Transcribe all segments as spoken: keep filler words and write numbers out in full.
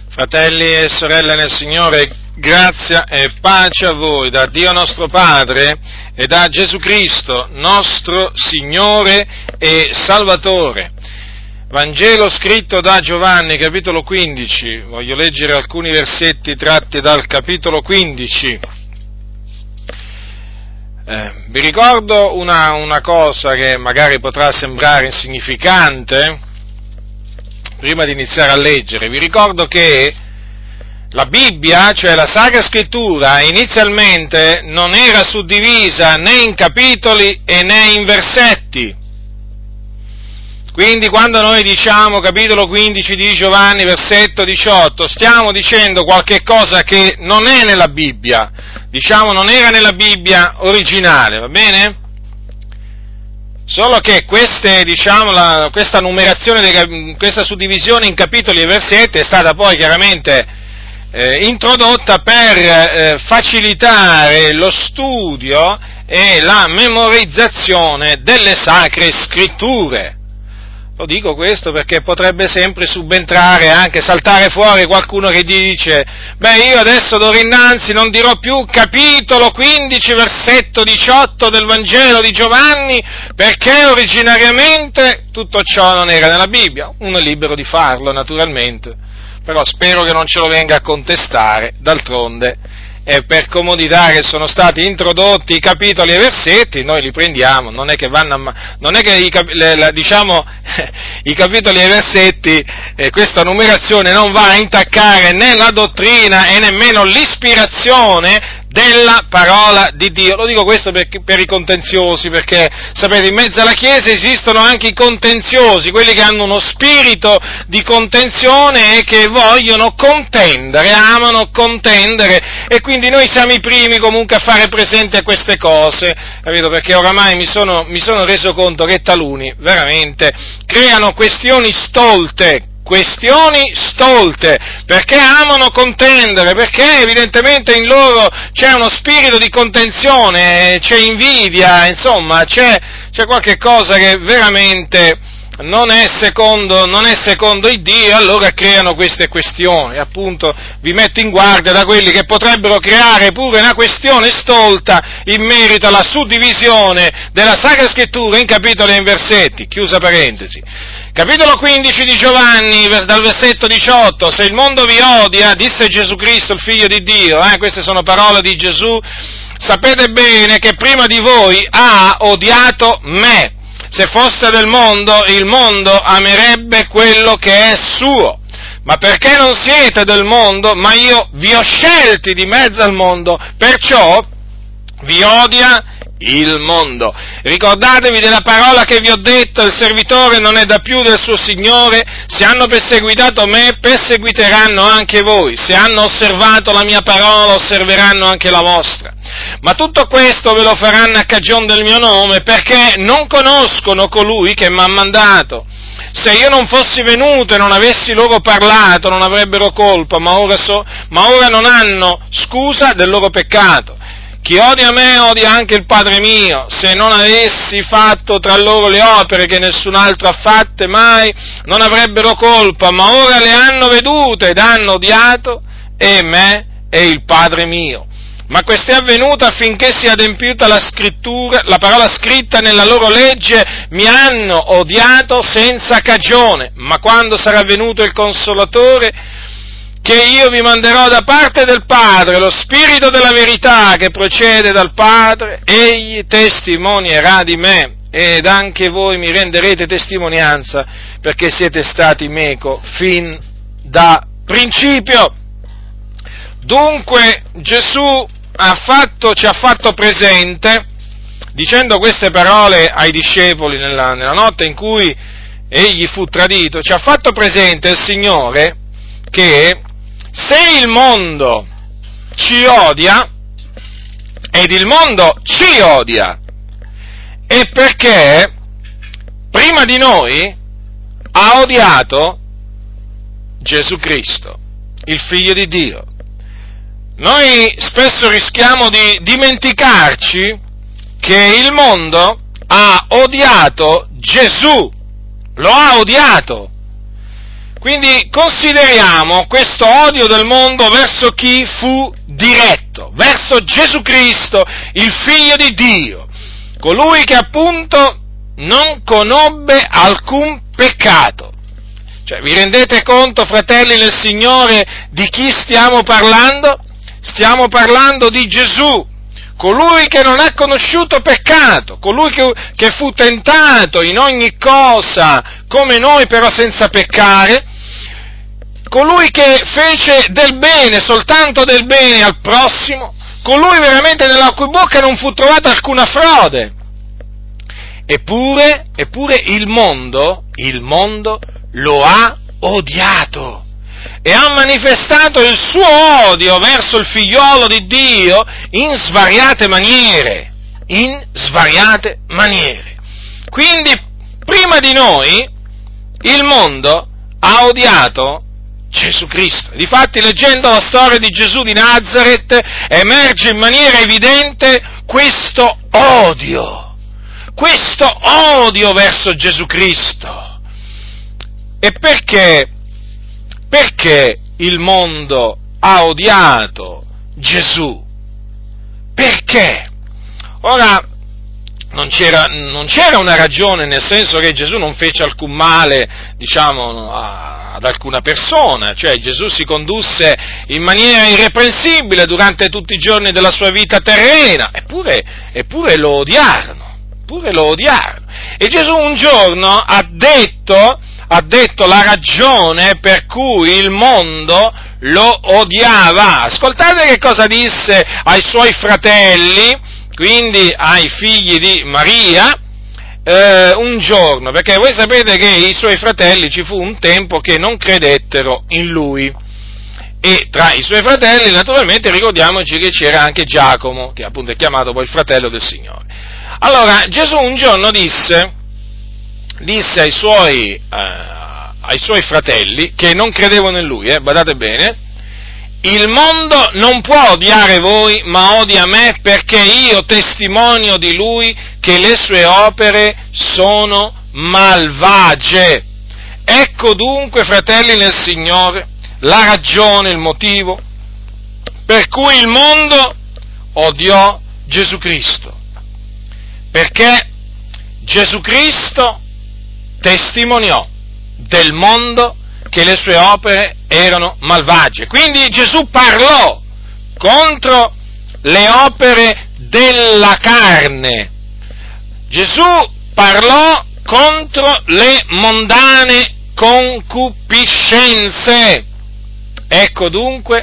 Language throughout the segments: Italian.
Fratelli e sorelle nel Signore, grazia e pace a voi da Dio nostro Padre e da Gesù Cristo, nostro Signore e Salvatore. Vangelo scritto da Giovanni, capitolo quindici. Voglio leggere alcuni versetti tratti dal capitolo quindici. Eh, vi ricordo una, una cosa che magari potrà sembrare insignificante. Prima di iniziare a leggere, vi ricordo che la Bibbia, cioè la Sacra Scrittura, inizialmente non era suddivisa né in capitoli e né in versetti. Quindi quando noi diciamo capitolo quindici di Giovanni, versetto diciotto, stiamo dicendo qualche cosa che non è nella Bibbia, diciamo non era nella Bibbia originale, va bene? Solo che queste, diciamo, la, questa numerazione, dei, questa suddivisione in capitoli e versetti è stata poi chiaramente eh, introdotta per eh, facilitare lo studio e la memorizzazione delle Sacre Scritture. Lo dico questo perché potrebbe sempre subentrare, anche saltare fuori qualcuno che dice: beh, io adesso d'ora innanzi non dirò più capitolo quindici, versetto diciotto del Vangelo di Giovanni, perché originariamente tutto ciò non era nella Bibbia. Uno è libero di farlo, naturalmente, però spero che non ce lo venga a contestare, d'altronde è per comodità che sono stati introdotti i capitoli e i versetti, noi li prendiamo, non è che vanno a, non è che i, le, la, diciamo, i capitoli e i versetti, eh, questa numerazione non va a intaccare né la dottrina e nemmeno l'ispirazione della parola di Dio. Lo dico questo per, per i contenziosi, perché sapete, in mezzo alla Chiesa esistono anche i contenziosi, quelli che hanno uno spirito di contenzione e che vogliono contendere, amano contendere, e quindi noi siamo i primi comunque a fare presente a queste cose, capito? Perché oramai mi sono, mi sono reso conto che taluni veramente creano questioni stolte, questioni stolte, perché amano contendere, perché evidentemente in loro c'è uno spirito di contenzione, c'è invidia, insomma, c'è, c'è qualche cosa che veramente non è secondo, non è secondo il Dio, allora creano queste questioni. Appunto, vi metto in guardia da quelli che potrebbero creare pure una questione stolta in merito alla suddivisione della Sacra Scrittura in capitoli e in versetti. Chiusa parentesi. Capitolo quindici di Giovanni, dal versetto diciotto, se il mondo vi odia, disse Gesù Cristo, il Figlio di Dio, eh, queste sono parole di Gesù, sapete bene che prima di voi ha odiato me. Se fosse del mondo, il mondo amerebbe quello che è suo. Ma perché non siete del mondo, ma io vi ho scelti di mezzo al mondo, perciò vi odia il mondo. Ricordatevi della parola che vi ho detto: il servitore non è da più del suo Signore. Se hanno perseguitato me, perseguiteranno anche voi. Se hanno osservato la mia parola, osserveranno anche la vostra. Ma tutto questo ve lo faranno a cagion del mio nome, perché non conoscono colui che mi ha mandato. Se io non fossi venuto e non avessi loro parlato, non avrebbero colpa, ma ora, so, ma ora non hanno scusa del loro peccato. Chi odia me odia anche il Padre mio. Se non avessi fatto tra loro le opere che nessun altro ha fatte mai, non avrebbero colpa, ma ora le hanno vedute ed hanno odiato e me e il Padre mio. Ma questo è avvenuto affinché sia adempiuta la scrittura, la parola scritta nella loro legge: mi hanno odiato senza cagione. Ma quando sarà venuto il Consolatore, che io vi manderò da parte del Padre, lo Spirito della verità che procede dal Padre, egli testimonierà di me, ed anche voi mi renderete testimonianza, perché siete stati meco fin da principio. Dunque Gesù ha fatto, ci ha fatto presente, dicendo queste parole ai discepoli nella, nella notte in cui egli fu tradito, ci ha fatto presente il Signore che se il mondo ci odia, ed il mondo ci odia, è perché prima di noi ha odiato Gesù Cristo, il Figlio di Dio. Noi spesso rischiamo di dimenticarci che il mondo ha odiato Gesù, lo ha odiato. Quindi consideriamo questo odio del mondo verso chi fu diretto, verso Gesù Cristo, il Figlio di Dio, colui che appunto non conobbe alcun peccato. Cioè, vi rendete conto, fratelli nel Signore, di chi stiamo parlando? Stiamo parlando di Gesù, colui che non ha conosciuto peccato, colui che, che fu tentato in ogni cosa come noi, però senza peccare, colui che fece del bene, soltanto del bene al prossimo, colui veramente nella cui bocca non fu trovata alcuna frode. Eppure, eppure il mondo, il mondo lo ha odiato e ha manifestato il suo odio verso il figliolo di Dio in svariate maniere, in svariate maniere. Quindi, prima di noi, il mondo ha odiato Gesù Cristo. Difatti, leggendo la storia di Gesù di Nazaret, emerge in maniera evidente questo odio, questo odio verso Gesù Cristo. E perché? Perché il mondo ha odiato Gesù? Perché? Ora, non c'era, non c'era una ragione, nel senso che Gesù non fece alcun male, diciamo, a, ad alcuna persona, cioè Gesù si condusse in maniera irreprensibile durante tutti i giorni della sua vita terrena, eppure, eppure lo odiarono, eppure lo odiarono. E Gesù un giorno ha detto, ha detto la ragione per cui il mondo lo odiava. Ascoltate che cosa disse ai suoi fratelli, quindi ai figli di Maria, eh, un giorno, perché voi sapete che i suoi fratelli ci fu un tempo che non credettero in lui, e tra i suoi fratelli naturalmente ricordiamoci che c'era anche Giacomo, che appunto è chiamato poi il fratello del Signore. Allora Gesù un giorno disse, disse ai suoi, eh, ai suoi fratelli, che non credevano in lui, eh, badate bene, il mondo non può odiare voi, ma odia me, perché io testimonio di lui che le sue opere sono malvagie. Ecco dunque, fratelli nel Signore, la ragione, il motivo per cui il mondo odiò Gesù Cristo. Perché Gesù Cristo testimoniò del mondo che le sue opere erano malvagie. Quindi Gesù parlò contro le opere della carne. Gesù parlò contro le mondane concupiscenze. Ecco dunque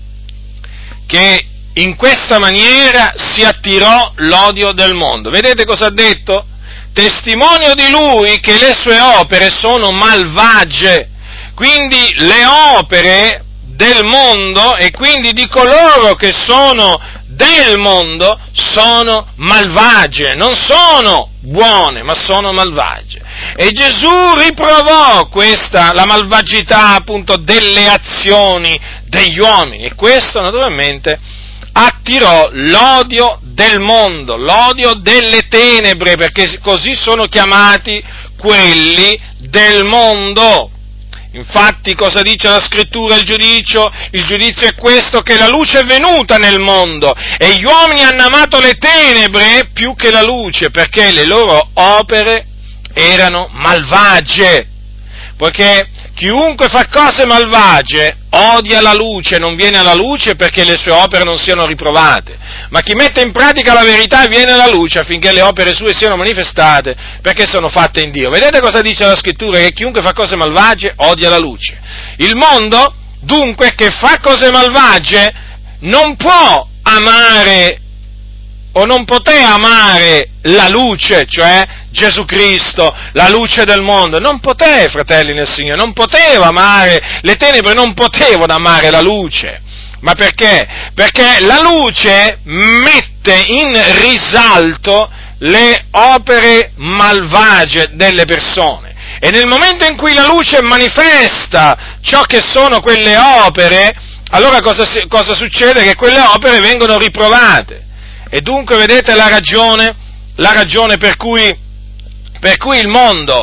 che in questa maniera si attirò l'odio del mondo. Vedete cosa ha detto? Testimonio di lui che le sue opere sono malvagie. Quindi le opere del mondo e quindi di coloro che sono del mondo sono malvagie, non sono buone, ma sono malvagie. E Gesù riprovò questa, la malvagità appunto delle azioni degli uomini, e questo naturalmente attirò l'odio del mondo, l'odio delle tenebre, perché così sono chiamati quelli del mondo. Infatti cosa dice la Scrittura, il giudizio? Il giudizio è questo, che la luce è venuta nel mondo e gli uomini hanno amato le tenebre più che la luce, perché le loro opere erano malvagie. Poiché chiunque fa cose malvagie odia la luce, non viene alla luce perché le sue opere non siano riprovate, ma chi mette in pratica la verità viene alla luce affinché le opere sue siano manifestate perché sono fatte in Dio. Vedete cosa dice la Scrittura? Che chiunque fa cose malvagie odia la luce. Il mondo, dunque, che fa cose malvagie non può amare o non poté amare la luce, cioè Gesù Cristo, la luce del mondo. Non poté, fratelli nel Signore, non poteva amare le tenebre, non potevano amare la luce. Ma perché? Perché la luce mette in risalto le opere malvagie delle persone. E nel momento in cui la luce manifesta ciò che sono quelle opere, allora cosa, cosa succede? Che quelle opere vengono riprovate. E dunque vedete la ragione, la ragione per cui, per cui il mondo,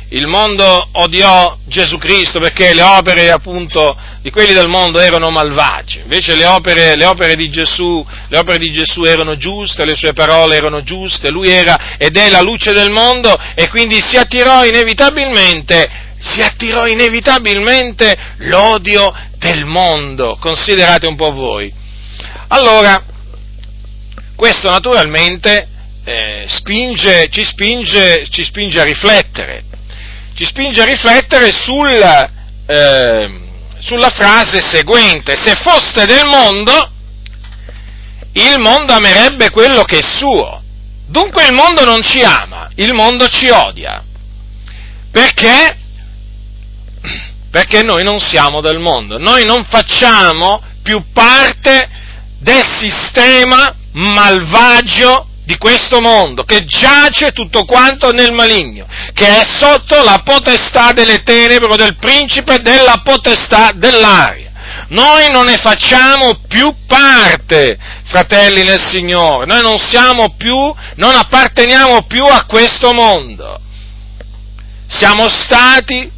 il mondo odiò Gesù Cristo perché le opere appunto di quelli del mondo erano malvagie, invece le opere, le opere di Gesù, le opere di Gesù erano giuste, le sue parole erano giuste, lui era ed è la luce del mondo e quindi si attirò inevitabilmente, si attirò inevitabilmente l'odio del mondo, considerate un po' voi. Allora, questo naturalmente eh, spinge, ci spinge, ci spinge a riflettere, ci spinge a riflettere sul, eh, sulla frase seguente: se foste del mondo, il mondo amerebbe quello che è suo. Dunque il mondo non ci ama, il mondo ci odia. Perché? Perché noi non siamo del mondo, noi non facciamo più parte del sistema malvagio di questo mondo, che giace tutto quanto nel maligno, che è sotto la potestà delle tenebre, del principe della potestà dell'aria. Noi non ne facciamo più parte, fratelli nel Signore, noi non siamo più, non apparteniamo più a questo mondo. Siamo stati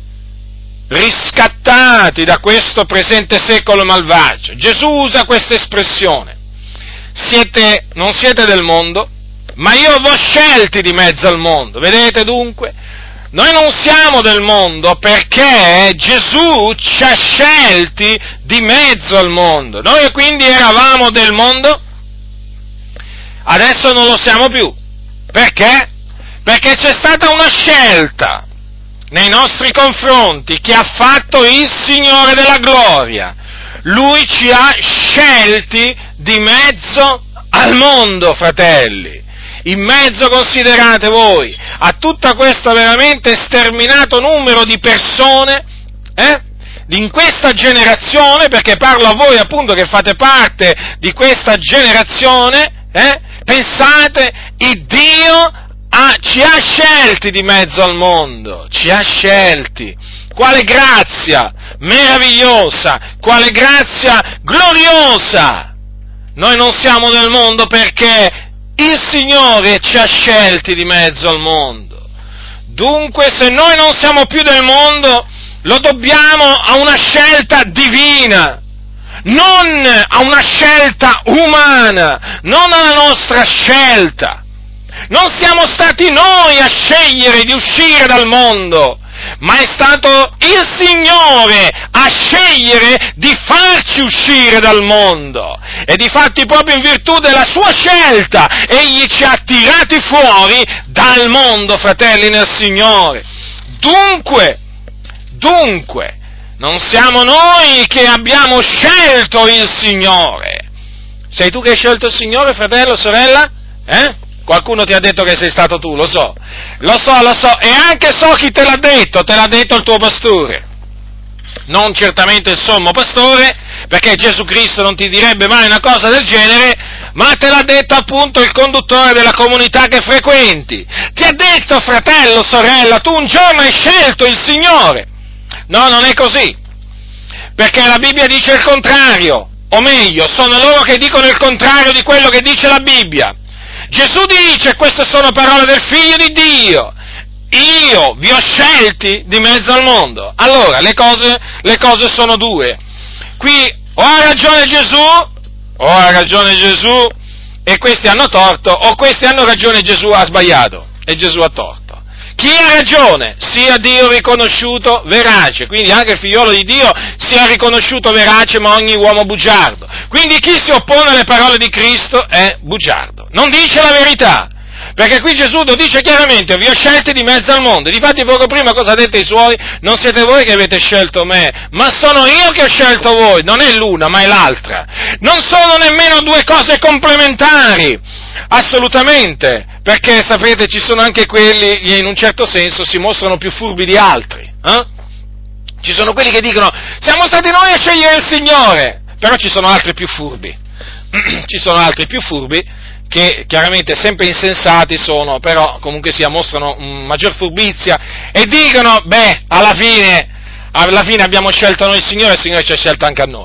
riscattati da questo presente secolo malvagio. Gesù usa questa espressione: siete, non siete del mondo, ma io vi ho scelti di mezzo al mondo. Vedete dunque? Noi non siamo del mondo perché Gesù ci ha scelti di mezzo al mondo. Noi quindi eravamo del mondo, adesso non lo siamo più. Perché? Perché c'è stata una scelta nei nostri confronti che ha fatto il Signore della gloria. Lui ci ha scelti di mezzo al mondo, fratelli. In mezzo, considerate voi, a tutta questa veramente sterminato numero di persone, eh? In questa generazione, perché parlo a voi appunto che fate parte di questa generazione, eh? Pensate, il Dio ha, ci ha scelti di mezzo al mondo, ci ha scelti. Quale grazia meravigliosa, quale grazia gloriosa! Noi non siamo del mondo perché il Signore ci ha scelti di mezzo al mondo. Dunque, se noi non siamo più del mondo, lo dobbiamo a una scelta divina, non a una scelta umana, non alla nostra scelta. Non siamo stati noi a scegliere di uscire dal mondo, ma è stato il Signore a scegliere di farci uscire dal mondo. E difatti proprio in virtù della sua scelta Egli ci ha tirati fuori dal mondo, fratelli nel Signore. Dunque, dunque, non siamo noi che abbiamo scelto il Signore. Sei tu che hai scelto il Signore, fratello, sorella? Eh? Qualcuno ti ha detto che sei stato tu, lo so, lo so, lo so, e anche so chi te l'ha detto, te l'ha detto il tuo pastore. Non certamente il sommo pastore, perché Gesù Cristo non ti direbbe mai una cosa del genere, ma te l'ha detto appunto il conduttore della comunità che frequenti. Ti ha detto, fratello, sorella, tu un giorno hai scelto il Signore. No, non è così, perché la Bibbia dice il contrario, o meglio, sono loro che dicono il contrario di quello che dice la Bibbia. Gesù dice, queste sono parole del Figlio di Dio, io vi ho scelti di mezzo al mondo. Allora, le cose, le cose sono due. Qui o ha ragione Gesù, o ha ragione Gesù e questi hanno torto, o questi hanno ragione e Gesù ha sbagliato e Gesù ha torto. Chi ha ragione sia Dio riconosciuto verace, quindi anche il figliolo di Dio sia riconosciuto verace, ma ogni uomo bugiardo. Quindi chi si oppone alle parole di Cristo è bugiardo, non dice la verità, perché qui Gesù lo dice chiaramente, vi ho scelti di mezzo al mondo. Difatti poco prima cosa ha detto ai suoi? Non siete voi che avete scelto me, ma sono io che ho scelto voi, non è l'una ma è l'altra. Non sono nemmeno due cose complementari, assolutamente, perché sapete ci sono anche quelli che in un certo senso si mostrano più furbi di altri, eh? Ci sono quelli che dicono, siamo stati noi a scegliere il Signore, però ci sono altri più furbi, ci sono altri più furbi che chiaramente sempre insensati sono, però comunque sia mostrano um, maggior furbizia e dicono, beh, alla fine, alla fine abbiamo scelto noi il Signore e il Signore ci ha scelto anche a noi.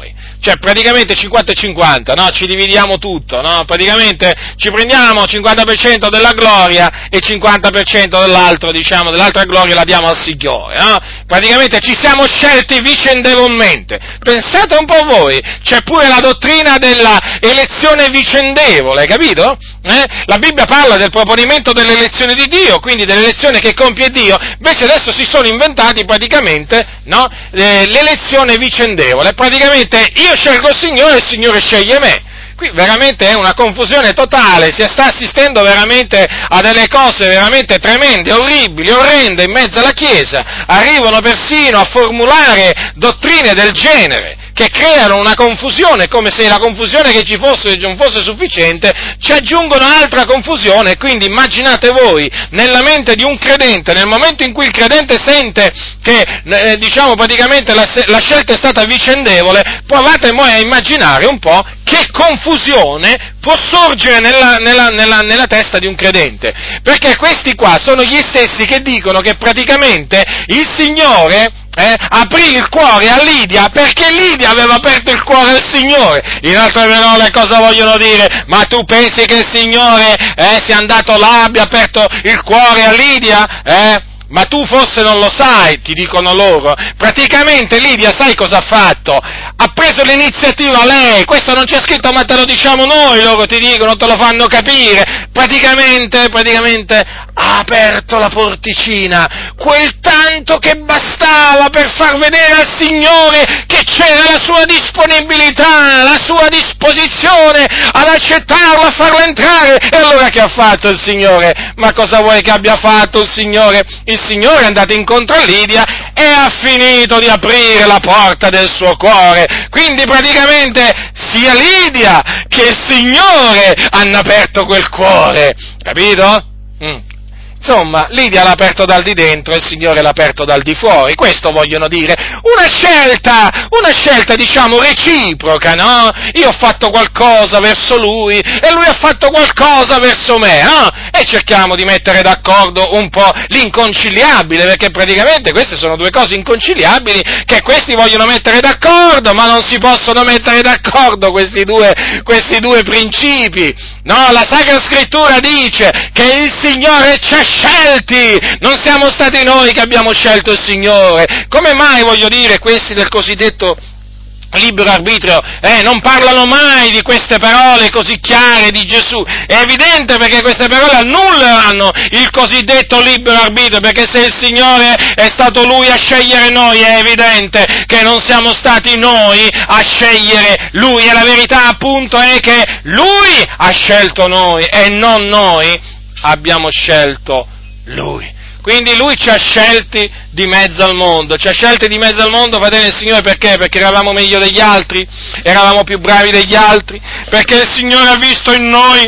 Cioè, praticamente cinquanta e cinquanta, no? Ci dividiamo tutto, no? Praticamente ci prendiamo cinquanta per cento della gloria e cinquanta per cento dell'altro, diciamo, dell'altra gloria la diamo al Signore, no? Praticamente ci siamo scelti vicendevolmente. Pensate un po' voi, c'è pure la dottrina della elezione vicendevole, capito? Eh? La Bibbia parla del proponimento dell'elezione di Dio, quindi dell'elezione che compie Dio, invece adesso si sono inventati praticamente, no? Eh, l'elezione vicendevole, praticamente io scelgo il Signore e il Signore sceglie me. Qui veramente è una confusione totale, si sta assistendo veramente a delle cose veramente tremende, orribili, orrende in mezzo alla Chiesa, arrivano persino a formulare dottrine del genere, che creano una confusione, come se la confusione che ci fosse non fosse sufficiente, ci aggiungono altra confusione, e quindi immaginate voi, nella mente di un credente, nel momento in cui il credente sente che, eh, diciamo, praticamente la, la scelta è stata vicendevole, provate voi a immaginare un po' che confusione può sorgere nella, nella, nella, nella testa di un credente, perché questi qua sono gli stessi che dicono che praticamente il Signore Eh, aprì il cuore a Lidia perché Lidia aveva aperto il cuore al Signore. In altre parole, cosa vogliono dire? Ma tu pensi che il Signore eh, sia andato là, abbia aperto il cuore a Lidia? Eh? Ma tu forse non lo sai, ti dicono loro. Praticamente Lidia, sai cosa ha fatto? Ha preso l'iniziativa lei, questo non c'è scritto ma te lo diciamo noi, loro ti dicono, te lo fanno capire. Praticamente, praticamente ha aperto la porticina, quel tanto che bastava per far vedere al Signore che c'era la sua disponibilità, la sua disposizione ad accettarlo, a farlo entrare. E allora che ha fatto il Signore? Ma cosa vuoi che abbia fatto il Signore? Il Signore è andato incontro a Lidia e ha finito di aprire la porta del suo cuore. Quindi praticamente sia Lidia che il Signore hanno aperto quel cuore, capito? Mm. Insomma, Lidia l'ha aperto dal di dentro e il Signore l'ha aperto dal di fuori, questo vogliono dire, una scelta, una scelta diciamo reciproca, no? Io ho fatto qualcosa verso lui e lui ha fatto qualcosa verso me, no? E cerchiamo di mettere d'accordo un po' l'inconciliabile, perché praticamente queste sono due cose inconciliabili che questi vogliono mettere d'accordo, ma non si possono mettere d'accordo questi due, questi due principi, no? La Sacra Scrittura dice che il Signore ci ha scelti, non siamo stati noi che abbiamo scelto il Signore. Come mai, voglio dire, questi del cosiddetto libero arbitrio eh, non parlano mai di queste parole così chiare di Gesù? È evidente, perché queste parole annulleranno il cosiddetto libero arbitrio, perché se il Signore è stato Lui a scegliere noi, è evidente che non siamo stati noi a scegliere Lui, e la verità appunto è che Lui ha scelto noi e non noi abbiamo scelto Lui. Quindi Lui ci ha scelti di mezzo al mondo, ci ha scelti di mezzo al mondo, fratelli del Signore, perché? Perché eravamo meglio degli altri, eravamo più bravi degli altri, perché il Signore ha visto in noi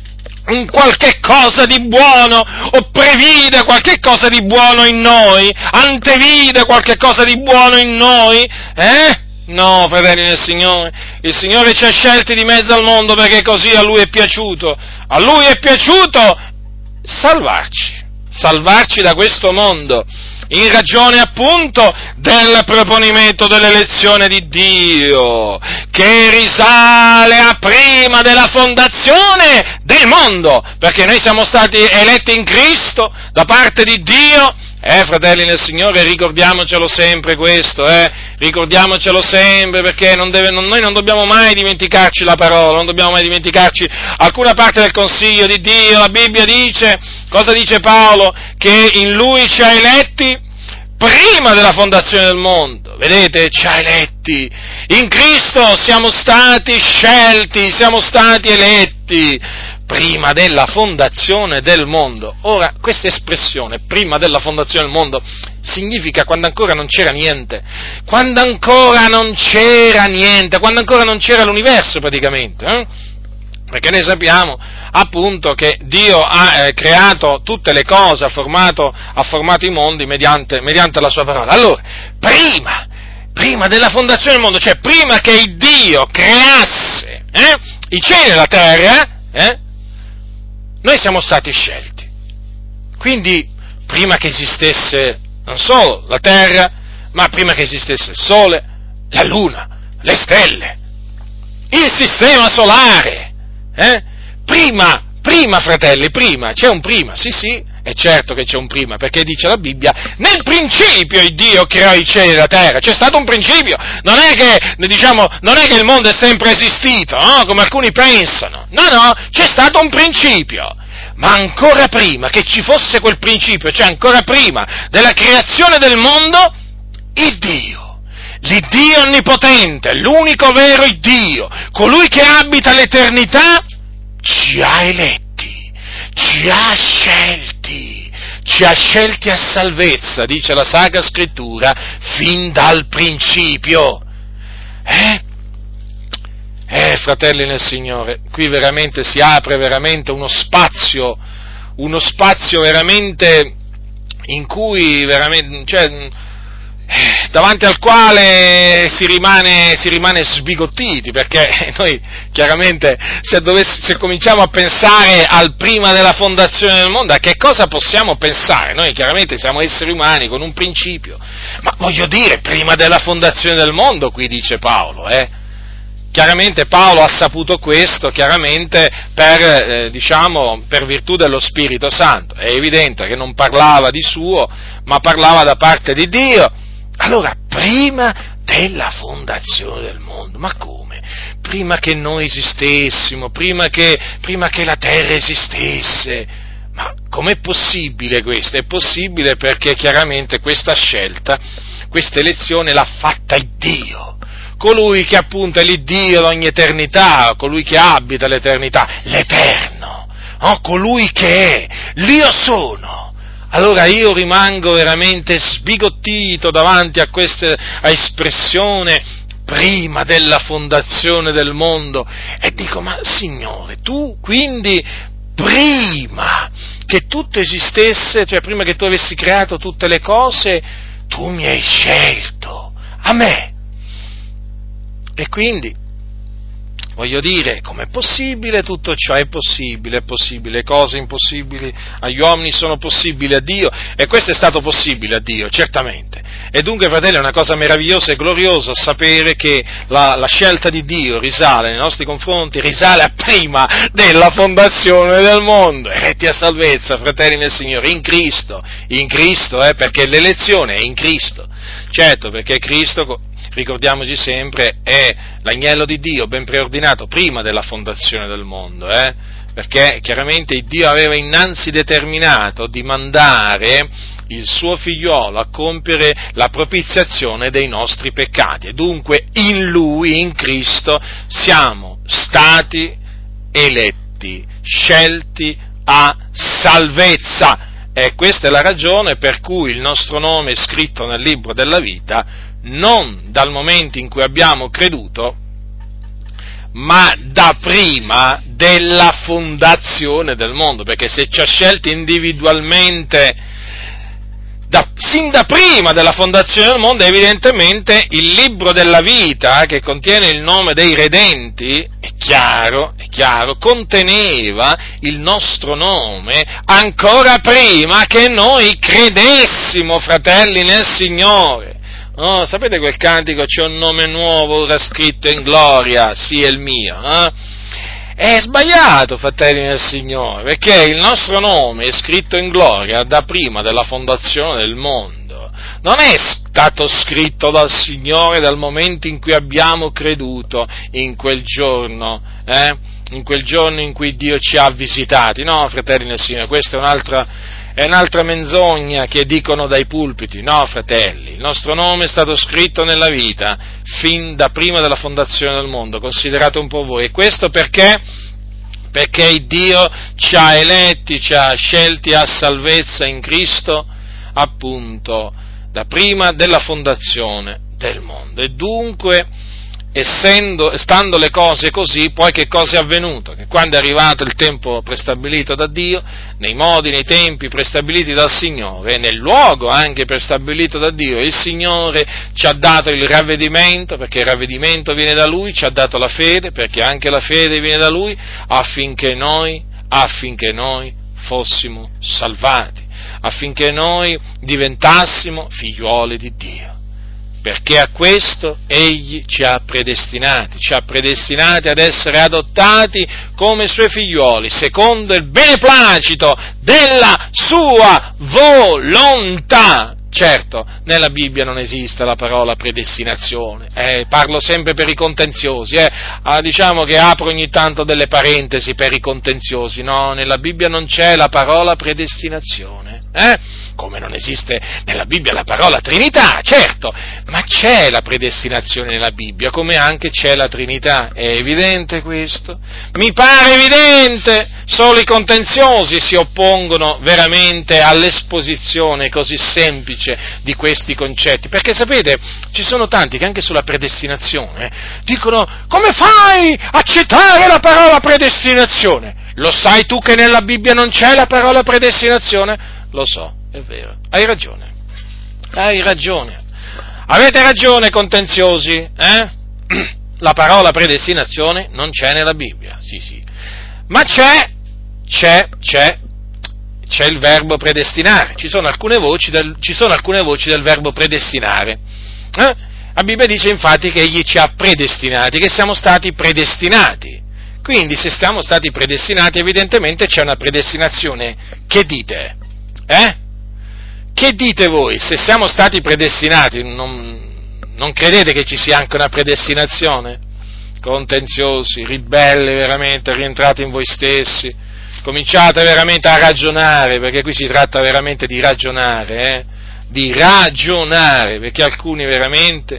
un qualche cosa di buono, o previde qualche cosa di buono in noi, antevide qualche cosa di buono in noi, eh? No, fratelli del Signore, il Signore ci ha scelti di mezzo al mondo perché così a Lui è piaciuto, a Lui è piaciuto salvarci, salvarci da questo mondo, in ragione appunto del proponimento dell'elezione di Dio, che risale a prima della fondazione del mondo, perché noi siamo stati eletti in Cristo da parte di Dio. Eh, fratelli nel Signore, ricordiamocelo sempre questo, eh, ricordiamocelo sempre, perché non deve, non, noi non dobbiamo mai dimenticarci la parola, non dobbiamo mai dimenticarci alcuna parte del consiglio di Dio. La Bibbia dice, cosa dice Paolo? Che in Lui ci ha eletti prima della fondazione del mondo, vedete, ci ha eletti, in Cristo siamo stati scelti, siamo stati eletti, prima della fondazione del mondo. Ora, questa espressione, prima della fondazione del mondo, significa quando ancora non c'era niente, quando ancora non c'era niente, quando ancora non c'era l'universo praticamente, eh? Perché noi sappiamo appunto che Dio ha eh, creato tutte le cose, ha formato, ha formato i mondi mediante, mediante la sua parola. Allora, prima, prima della fondazione del mondo, cioè prima che Dio creasse eh, i cieli e la terra, eh, noi siamo stati scelti. Quindi, prima che esistesse non solo la terra, ma prima che esistesse il sole, la luna, le stelle, il sistema solare. Eh? Prima, prima, fratelli, prima, c'è un prima, sì, sì, è certo che c'è un prima, perché dice la Bibbia, nel principio il Dio creò i cieli e la terra, c'è stato un principio, non è che, diciamo, non è che il mondo è sempre esistito, no? Come alcuni pensano, no, no, c'è stato un principio. Ma ancora prima che ci fosse quel principio, cioè ancora prima della creazione del mondo, il Dio, l'Iddio onnipotente, l'unico vero Dio, colui che abita l'eternità, ci ha eletti, ci ha scelti, ci ha scelti a salvezza, dice la Sacra Scrittura, fin dal principio. Eh? Eh, fratelli nel Signore, qui veramente si apre veramente uno spazio, uno spazio veramente in cui veramente, cioè, davanti al quale si rimane, si rimane sbigottiti, perché noi chiaramente se, dovessi, se cominciamo a pensare al prima della fondazione del mondo, a che cosa possiamo pensare? Noi chiaramente siamo esseri umani con un principio, ma voglio dire, prima della fondazione del mondo, qui dice Paolo, eh? Chiaramente Paolo ha saputo questo, chiaramente per, eh, diciamo, per virtù dello Spirito Santo. È evidente che non parlava di suo, ma parlava da parte di Dio. Allora, prima della fondazione del mondo, ma come? Prima che noi esistessimo, prima che, prima che la terra esistesse. Ma com'è possibile questo? È possibile perché chiaramente questa scelta, questa elezione l'ha fatta il Dio. Colui che appunto è l'Iddio d'ogni eternità, colui che abita l'eternità, l'Eterno, no? Colui che è, l'Io sono. Allora io rimango veramente sbigottito davanti a questa espressione prima della fondazione del mondo e dico, ma Signore, tu quindi prima che tutto esistesse, cioè prima che tu avessi creato tutte le cose, tu mi hai scelto, a me. E quindi, voglio dire, com'è possibile tutto ciò? È possibile, è possibile, cose impossibili agli uomini sono possibili a Dio, e questo è stato possibile a Dio, certamente. E dunque, fratelli, è una cosa meravigliosa e gloriosa sapere che la, la scelta di Dio risale nei nostri confronti, risale a prima della fondazione del mondo, eletti a salvezza, fratelli nel Signore, in Cristo, in Cristo, eh, perché l'elezione è in Cristo, certo, perché Cristo, ricordiamoci sempre, è l'agnello di Dio ben preordinato prima della fondazione del mondo, eh? Perché chiaramente Dio aveva innanzi determinato di mandare il suo figliolo a compiere la propiziazione dei nostri peccati, e dunque in Lui, in Cristo, siamo stati eletti, scelti a salvezza, e questa è la ragione per cui il nostro nome è scritto nel libro della vita, non dal momento in cui abbiamo creduto, ma da prima della fondazione del mondo, perché se ci ha scelti individualmente da, sin da prima della fondazione del mondo, evidentemente il libro della vita, che contiene il nome dei redenti, è chiaro, è chiaro, conteneva il nostro nome ancora prima che noi credessimo, fratelli nel Signore. Oh, sapete quel cantico, c'è un nome nuovo ora scritto in gloria, sì è il mio, eh? È sbagliato, fratelli nel Signore, perché il nostro nome è scritto in gloria da prima della fondazione del mondo, non è stato scritto dal Signore dal momento in cui abbiamo creduto in quel giorno, eh? In quel giorno in cui Dio ci ha visitati, no, fratelli nel Signore, questa è un'altra È un'altra menzogna che dicono dai pulpiti. No, fratelli, il nostro nome è stato scritto nella vita fin da prima della fondazione del mondo, considerate un po' voi. E questo perché? Perché Dio ci ha eletti, ci ha scelti a salvezza in Cristo, appunto, da prima della fondazione del mondo. E dunque, essendo, stando le cose così, poi che cosa è avvenuto? Che quando è arrivato il tempo prestabilito da Dio, nei modi, nei tempi prestabiliti dal Signore, nel luogo anche prestabilito da Dio, il Signore ci ha dato il ravvedimento, perché il ravvedimento viene da Lui, ci ha dato la fede, perché anche la fede viene da Lui, affinché noi, affinché noi fossimo salvati, affinché noi diventassimo figliuoli di Dio. perché a questo Egli ci ha predestinati, ci ha predestinati ad essere adottati come Suoi figliuoli, secondo il beneplacito della Sua volontà. Certo, nella Bibbia non esiste la parola predestinazione, eh, parlo sempre per i contenziosi, eh, ah, diciamo che apro ogni tanto delle parentesi per i contenziosi, no, nella Bibbia non c'è la parola predestinazione, eh? Come non esiste nella Bibbia la parola Trinità, certo, ma c'è la predestinazione nella Bibbia, come anche c'è la Trinità, è evidente questo? Mi pare evidente, solo i contenziosi si oppongono veramente all'esposizione così semplice di questi concetti, perché sapete, ci sono tanti che anche sulla predestinazione dicono: come fai a citare la parola predestinazione? Lo sai tu che nella Bibbia non c'è la parola predestinazione? Lo so, è vero, hai ragione, hai ragione, avete ragione contenziosi, eh? La parola predestinazione non c'è nella Bibbia, sì sì, ma c'è, c'è, c'è, c'è il verbo predestinare, ci sono alcune voci del, ci sono alcune voci del verbo predestinare, eh? La Bibbia dice infatti che Egli ci ha predestinati, che siamo stati predestinati, quindi se siamo stati predestinati evidentemente c'è una predestinazione, che dite? Eh? Che dite voi? Se siamo stati predestinati, non, non credete che ci sia anche una predestinazione? Contenziosi, ribelli veramente, rientrate in voi stessi, cominciate veramente a ragionare, perché qui si tratta veramente di ragionare, eh? Di ragionare, perché alcuni veramente,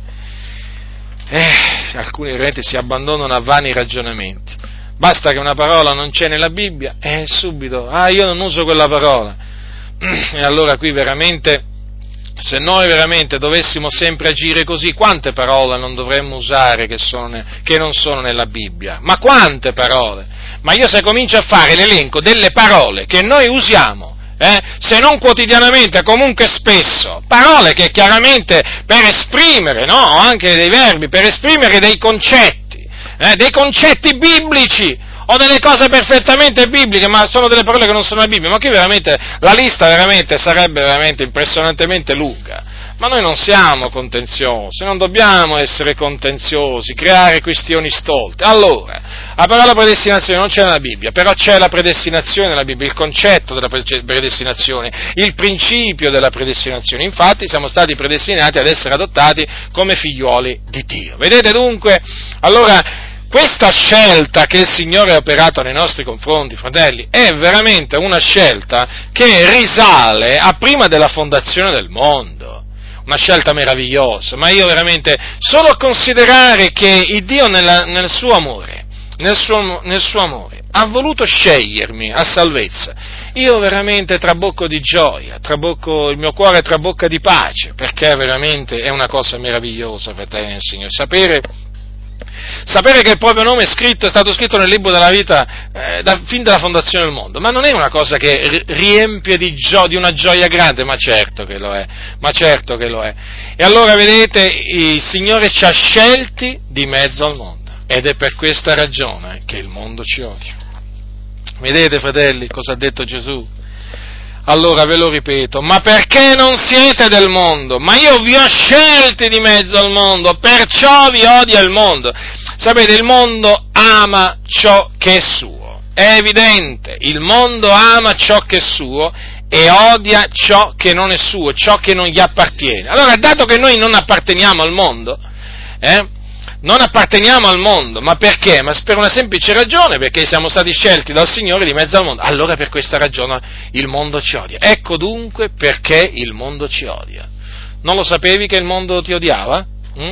eh, alcuni veramente si abbandonano a vani ragionamenti. Basta che una parola non c'è nella Bibbia e eh, subito, ah io non uso quella parola. E allora qui veramente, se noi veramente dovessimo sempre agire così, quante parole non dovremmo usare che, sono, che non sono nella Bibbia? Ma quante parole? Ma io se comincio a fare l'elenco delle parole che noi usiamo, eh, se non quotidianamente, comunque spesso, parole che chiaramente per esprimere, no, anche dei verbi, per esprimere dei concetti, eh, dei concetti biblici, o delle cose perfettamente bibliche, ma sono delle parole che non sono nella Bibbia, ma qui veramente la lista veramente sarebbe veramente impressionantemente lunga. Ma noi non siamo contenziosi, non dobbiamo essere contenziosi, creare questioni stolte. Allora, la parola predestinazione non c'è nella Bibbia, però c'è la predestinazione nella Bibbia, il concetto della predestinazione, il principio della predestinazione. Infatti siamo stati predestinati ad essere adottati come figlioli di Dio. Vedete dunque? Allora, questa scelta che il Signore ha operato nei nostri confronti, fratelli, è veramente una scelta che risale a prima della fondazione del mondo, una scelta meravigliosa, ma io veramente, solo a considerare che il Dio nella, nel suo amore, nel suo, nel suo amore, ha voluto scegliermi a salvezza, io veramente trabocco di gioia, trabocco, il mio cuore trabocca di pace, perché veramente è una cosa meravigliosa, fratelli del Signore, sapere... Sapere che il proprio nome è scritto, è stato scritto nel libro della vita eh, da, fin dalla fondazione del mondo, ma non è una cosa che riempie di, gio- di una gioia grande, ma certo che lo è, ma certo che lo è. E allora vedete, il Signore ci ha scelti di mezzo al mondo, ed è per questa ragione che il mondo ci odia. Vedete, fratelli, cosa ha detto Gesù? Allora ve lo ripeto, ma perché non siete del mondo? Ma io vi ho scelti di mezzo al mondo, perciò vi odia il mondo. Sapete, il mondo ama ciò che è suo, è evidente, il mondo ama ciò che è suo e odia ciò che non è suo, ciò che non gli appartiene. Allora, dato che noi non apparteniamo al mondo, eh, non apparteniamo al mondo, ma perché? Ma per una semplice ragione, perché siamo stati scelti dal Signore di mezzo al mondo. Allora per questa ragione il mondo ci odia. Ecco dunque perché il mondo ci odia. Non lo sapevi che il mondo ti odiava? Mm?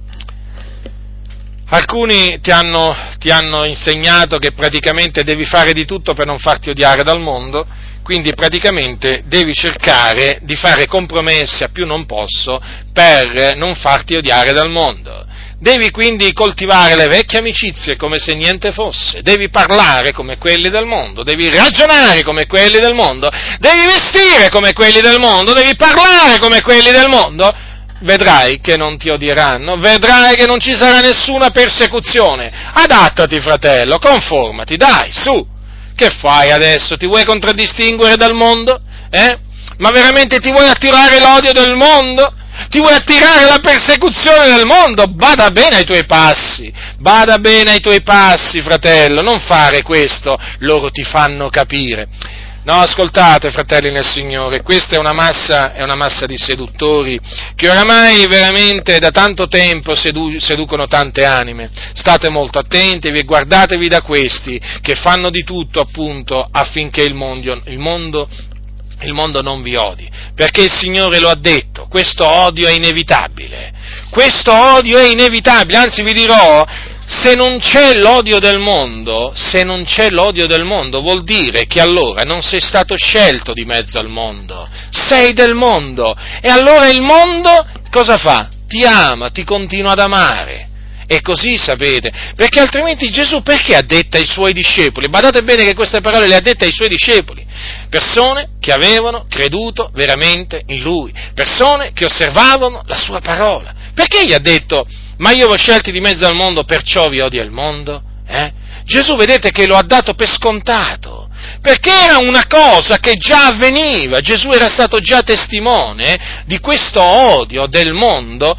Alcuni ti hanno, ti hanno insegnato che praticamente devi fare di tutto per non farti odiare dal mondo, quindi praticamente devi cercare di fare compromessi a più non posso per non farti odiare dal mondo. Devi quindi coltivare le vecchie amicizie come se niente fosse, devi parlare come quelli del mondo, devi ragionare come quelli del mondo, devi vestire come quelli del mondo, devi parlare come quelli del mondo, vedrai che non ti odieranno, vedrai che non ci sarà nessuna persecuzione. Adattati, fratello, conformati, dai, su! Che fai adesso? Ti vuoi contraddistinguere dal mondo? Eh? Ma veramente ti vuoi attirare l'odio del mondo? Ti vuoi attirare la persecuzione del mondo? Bada bene ai tuoi passi, bada bene ai tuoi passi, fratello, non fare questo, loro ti fanno capire. No, ascoltate, fratelli nel Signore, questa è una massa, è una massa di seduttori che oramai veramente da tanto tempo sedu- seducono tante anime. State molto attenti e guardatevi da questi che fanno di tutto appunto affinché il mondo, il mondo Il mondo non vi odi, perché il Signore lo ha detto, questo odio è inevitabile, questo odio è inevitabile, anzi vi dirò, se non c'è l'odio del mondo, se non c'è l'odio del mondo, vuol dire che allora non sei stato scelto di mezzo al mondo, sei del mondo, e allora il mondo cosa fa? Ti ama, ti continua ad amare. E così sapete, perché altrimenti Gesù perché ha detto ai suoi discepoli? Badate bene che queste parole le ha dette ai suoi discepoli, persone che avevano creduto veramente in Lui, persone che osservavano la sua parola. Perché gli ha detto, ma io vi ho scelti di mezzo al mondo, perciò vi odia il mondo? Eh? Gesù vedete che lo ha dato per scontato, perché era una cosa che già avveniva, Gesù era stato già testimone di questo odio del mondo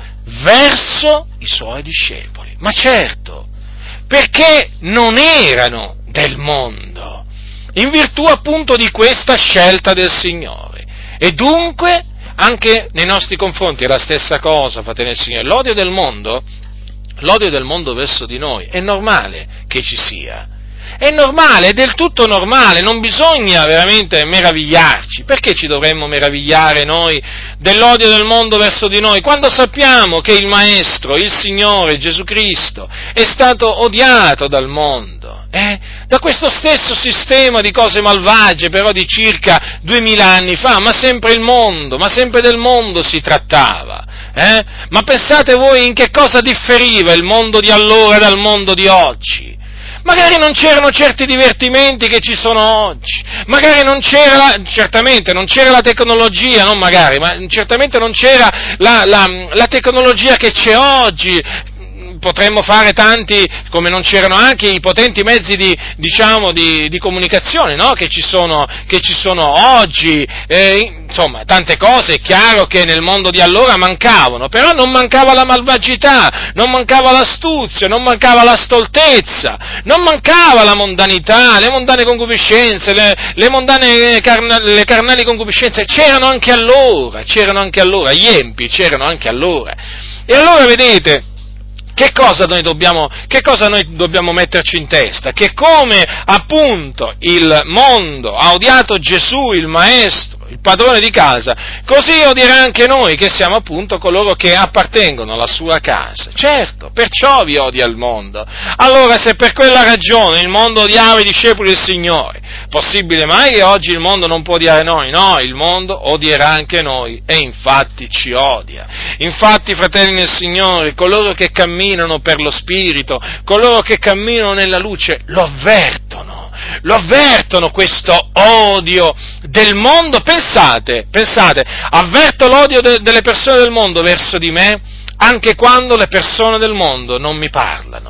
verso i suoi discepoli. Ma certo, perché non erano del mondo, in virtù appunto di questa scelta del Signore. E dunque, anche nei nostri confronti è la stessa cosa, fratelli del Signore. L'odio del mondo, l'odio del mondo verso di noi, è normale che ci sia. È normale, è del tutto normale, non bisogna veramente meravigliarci. Perché ci dovremmo meravigliare noi dell'odio del mondo verso di noi, quando sappiamo che il Maestro, il Signore Gesù Cristo, è stato odiato dal mondo, eh? da questo stesso sistema di cose malvagie, però di circa duemila anni fa, ma sempre il mondo, ma sempre del mondo si trattava. Eh? Ma pensate voi in che cosa differiva il mondo di allora dal mondo di oggi? Magari non c'erano certi divertimenti che ci sono oggi, magari non c'era, la, certamente non c'era la tecnologia, non magari, ma certamente non c'era la, la, la tecnologia che c'è oggi. Potremmo fare tanti, come non c'erano anche i potenti mezzi di, diciamo, di, di comunicazione, no? Che ci sono, che ci sono oggi, eh, insomma, tante cose, è chiaro che nel mondo di allora mancavano, però non mancava la malvagità, non mancava l'astuzia, non mancava la stoltezza, non mancava la mondanità, le mondane concupiscenze, le, le mondane carna, le carnali concupiscenze, c'erano anche allora, c'erano anche allora, gli empi c'erano anche allora. E allora vedete, Che cosa noi dobbiamo, che cosa noi dobbiamo metterci in testa? Che come appunto il mondo ha odiato Gesù, il Maestro, il padrone di casa, così odierà anche noi, che siamo appunto coloro che appartengono alla sua casa. Certo, perciò vi odia il mondo. Allora, se per quella ragione il mondo odiava i discepoli del Signore, possibile mai che oggi il mondo non può odiare noi? No, il mondo odierà anche noi, e infatti ci odia. Infatti, fratelli nel Signore, coloro che camminano per lo Spirito, coloro che camminano nella luce, lo avvertono, lo avvertono questo odio del mondo. Pensate, pensate, avverto l'odio de- delle persone del mondo verso di me, anche quando le persone del mondo non mi parlano.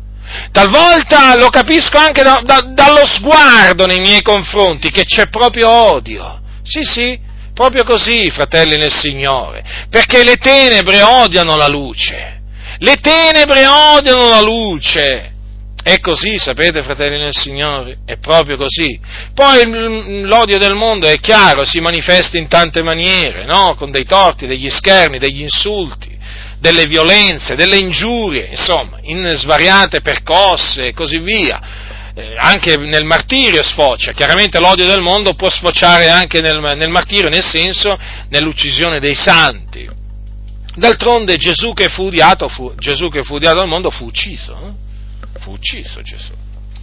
Talvolta lo capisco anche da, da, dallo sguardo nei miei confronti, che c'è proprio odio. Sì, sì, proprio così, fratelli nel Signore, perché le tenebre odiano la luce, le tenebre odiano la luce. È così, sapete, fratelli nel Signore, è proprio così. Poi l'odio del mondo, è chiaro, si manifesta in tante maniere, no? Con dei torti, degli scherni, degli insulti, delle violenze, delle ingiurie, insomma, in svariate percosse e così via. Eh, anche nel martirio sfocia. Chiaramente l'odio del mondo può sfociare anche nel, nel martirio, nel senso, nell'uccisione dei santi. D'altronde Gesù che fu odiato, fu, Gesù che fu odiato dal mondo fu ucciso, eh? fu ucciso Gesù.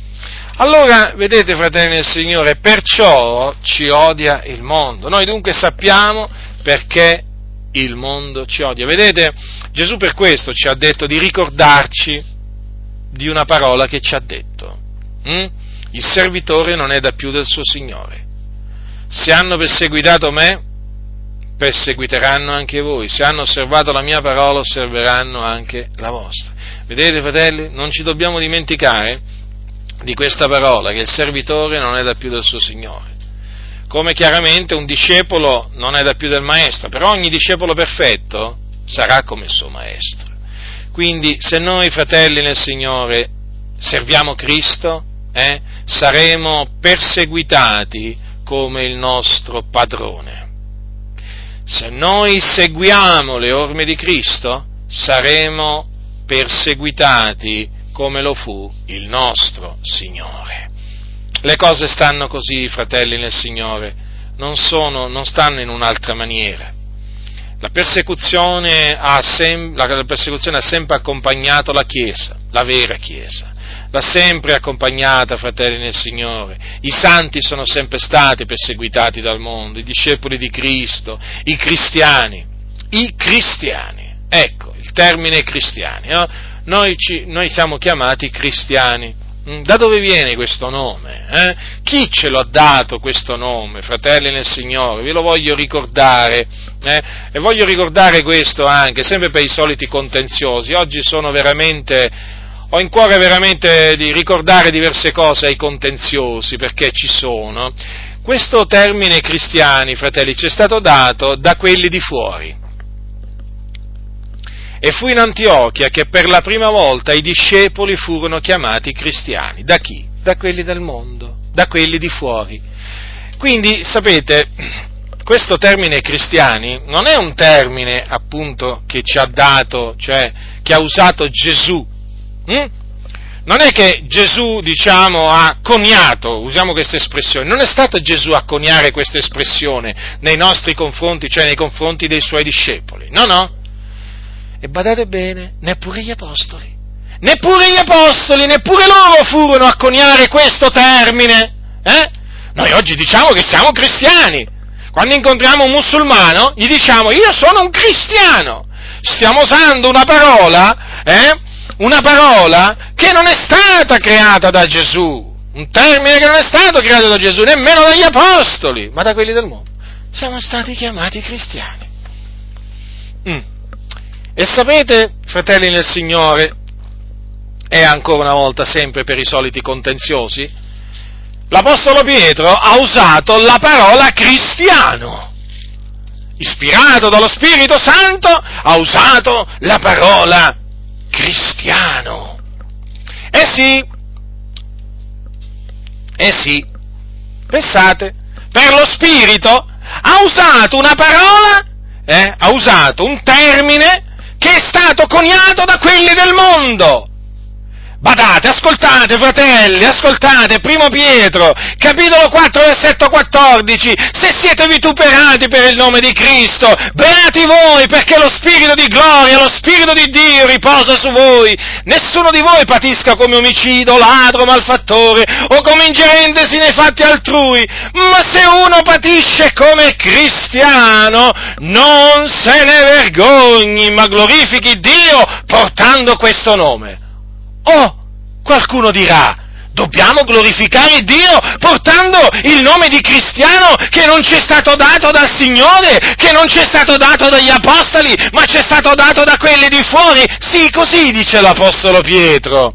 Allora, vedete, fratelli del Signore, perciò ci odia il mondo. Noi dunque sappiamo perché il mondo ci odia. Vedete, Gesù per questo ci ha detto di ricordarci di una parola che ci ha detto. Mm? Il servitore non è da più del suo Signore. Se hanno perseguitato me, perseguiteranno anche voi. Se hanno osservato la mia parola, osserveranno anche la vostra. Vedete, fratelli, non ci dobbiamo dimenticare di questa parola, che il servitore non è da più del suo Signore. come chiaramente un discepolo non è da più del maestro, però ogni discepolo perfetto sarà come il suo maestro. Quindi se noi, fratelli nel Signore, serviamo Cristo, eh, saremo perseguitati come il nostro padrone. Se noi seguiamo le orme di Cristo, saremo perseguitati come lo fu il nostro Signore. Le cose stanno così, fratelli nel Signore, non sono, non stanno in un'altra maniera. La persecuzione ha, sem- la, la persecuzione ha sempre accompagnato la Chiesa, la vera Chiesa. L'ha sempre accompagnata, fratelli nel Signore. I santi sono sempre stati perseguitati dal mondo, i discepoli di Cristo, i cristiani, i cristiani, ecco, il termine cristiani, no? Noi, ci, noi siamo chiamati cristiani. Da dove viene questo nome? Eh? Chi ce l'ha dato questo nome, fratelli nel Signore? Vi lo voglio ricordare, eh? E voglio ricordare questo anche, sempre per i soliti contenziosi. Oggi sono veramente... Ho in cuore veramente di ricordare diverse cose ai contenziosi, perché ci sono. Questo termine cristiani, fratelli, ci è stato dato da quelli di fuori. E fu in Antiochia che per la prima volta i discepoli furono chiamati cristiani. Da chi? Da quelli del mondo, da quelli di fuori. Quindi, sapete, questo termine cristiani non è un termine, appunto, che ci ha dato, cioè, che ha usato Gesù. Mm? Non è che Gesù, diciamo, ha coniato, usiamo questa espressione, non è stato Gesù a coniare questa espressione nei nostri confronti, cioè nei confronti dei suoi discepoli, no, no. E badate bene, neppure gli apostoli, neppure gli apostoli, neppure loro furono a coniare questo termine, eh? Noi oggi diciamo che siamo cristiani, quando incontriamo un musulmano gli diciamo io sono un cristiano, stiamo usando una parola, eh? Una parola che non è stata creata da Gesù, un termine che non è stato creato da Gesù, nemmeno dagli apostoli, ma da quelli del mondo. Siamo stati chiamati cristiani. Mm. E sapete, fratelli nel Signore, e ancora una volta sempre per i soliti contenziosi, l'Apostolo Pietro ha usato la parola cristiano. Ispirato dallo Spirito Santo, ha usato la parola cristiano. Eh sì, eh sì, pensate, per lo Spirito ha usato una parola, eh, ha usato un termine che è stato coniato da quelli del mondo. Badate, ascoltate fratelli, ascoltate, primo Pietro, capitolo quattro, versetto quattordici, se siete vituperati per il nome di Cristo, beati voi, perché lo Spirito di gloria, lo Spirito di Dio riposa su voi. Nessuno di voi patisca come omicidio, ladro, malfattore, o come ingerendesi nei fatti altrui, ma se uno patisce come cristiano, non se ne vergogni, ma glorifichi Dio portando questo nome. Oh, qualcuno dirà, dobbiamo glorificare Dio portando il nome di cristiano che non ci è stato dato dal Signore, che non ci è stato dato dagli apostoli, ma ci è stato dato da quelli di fuori. Sì, così dice l'Apostolo Pietro.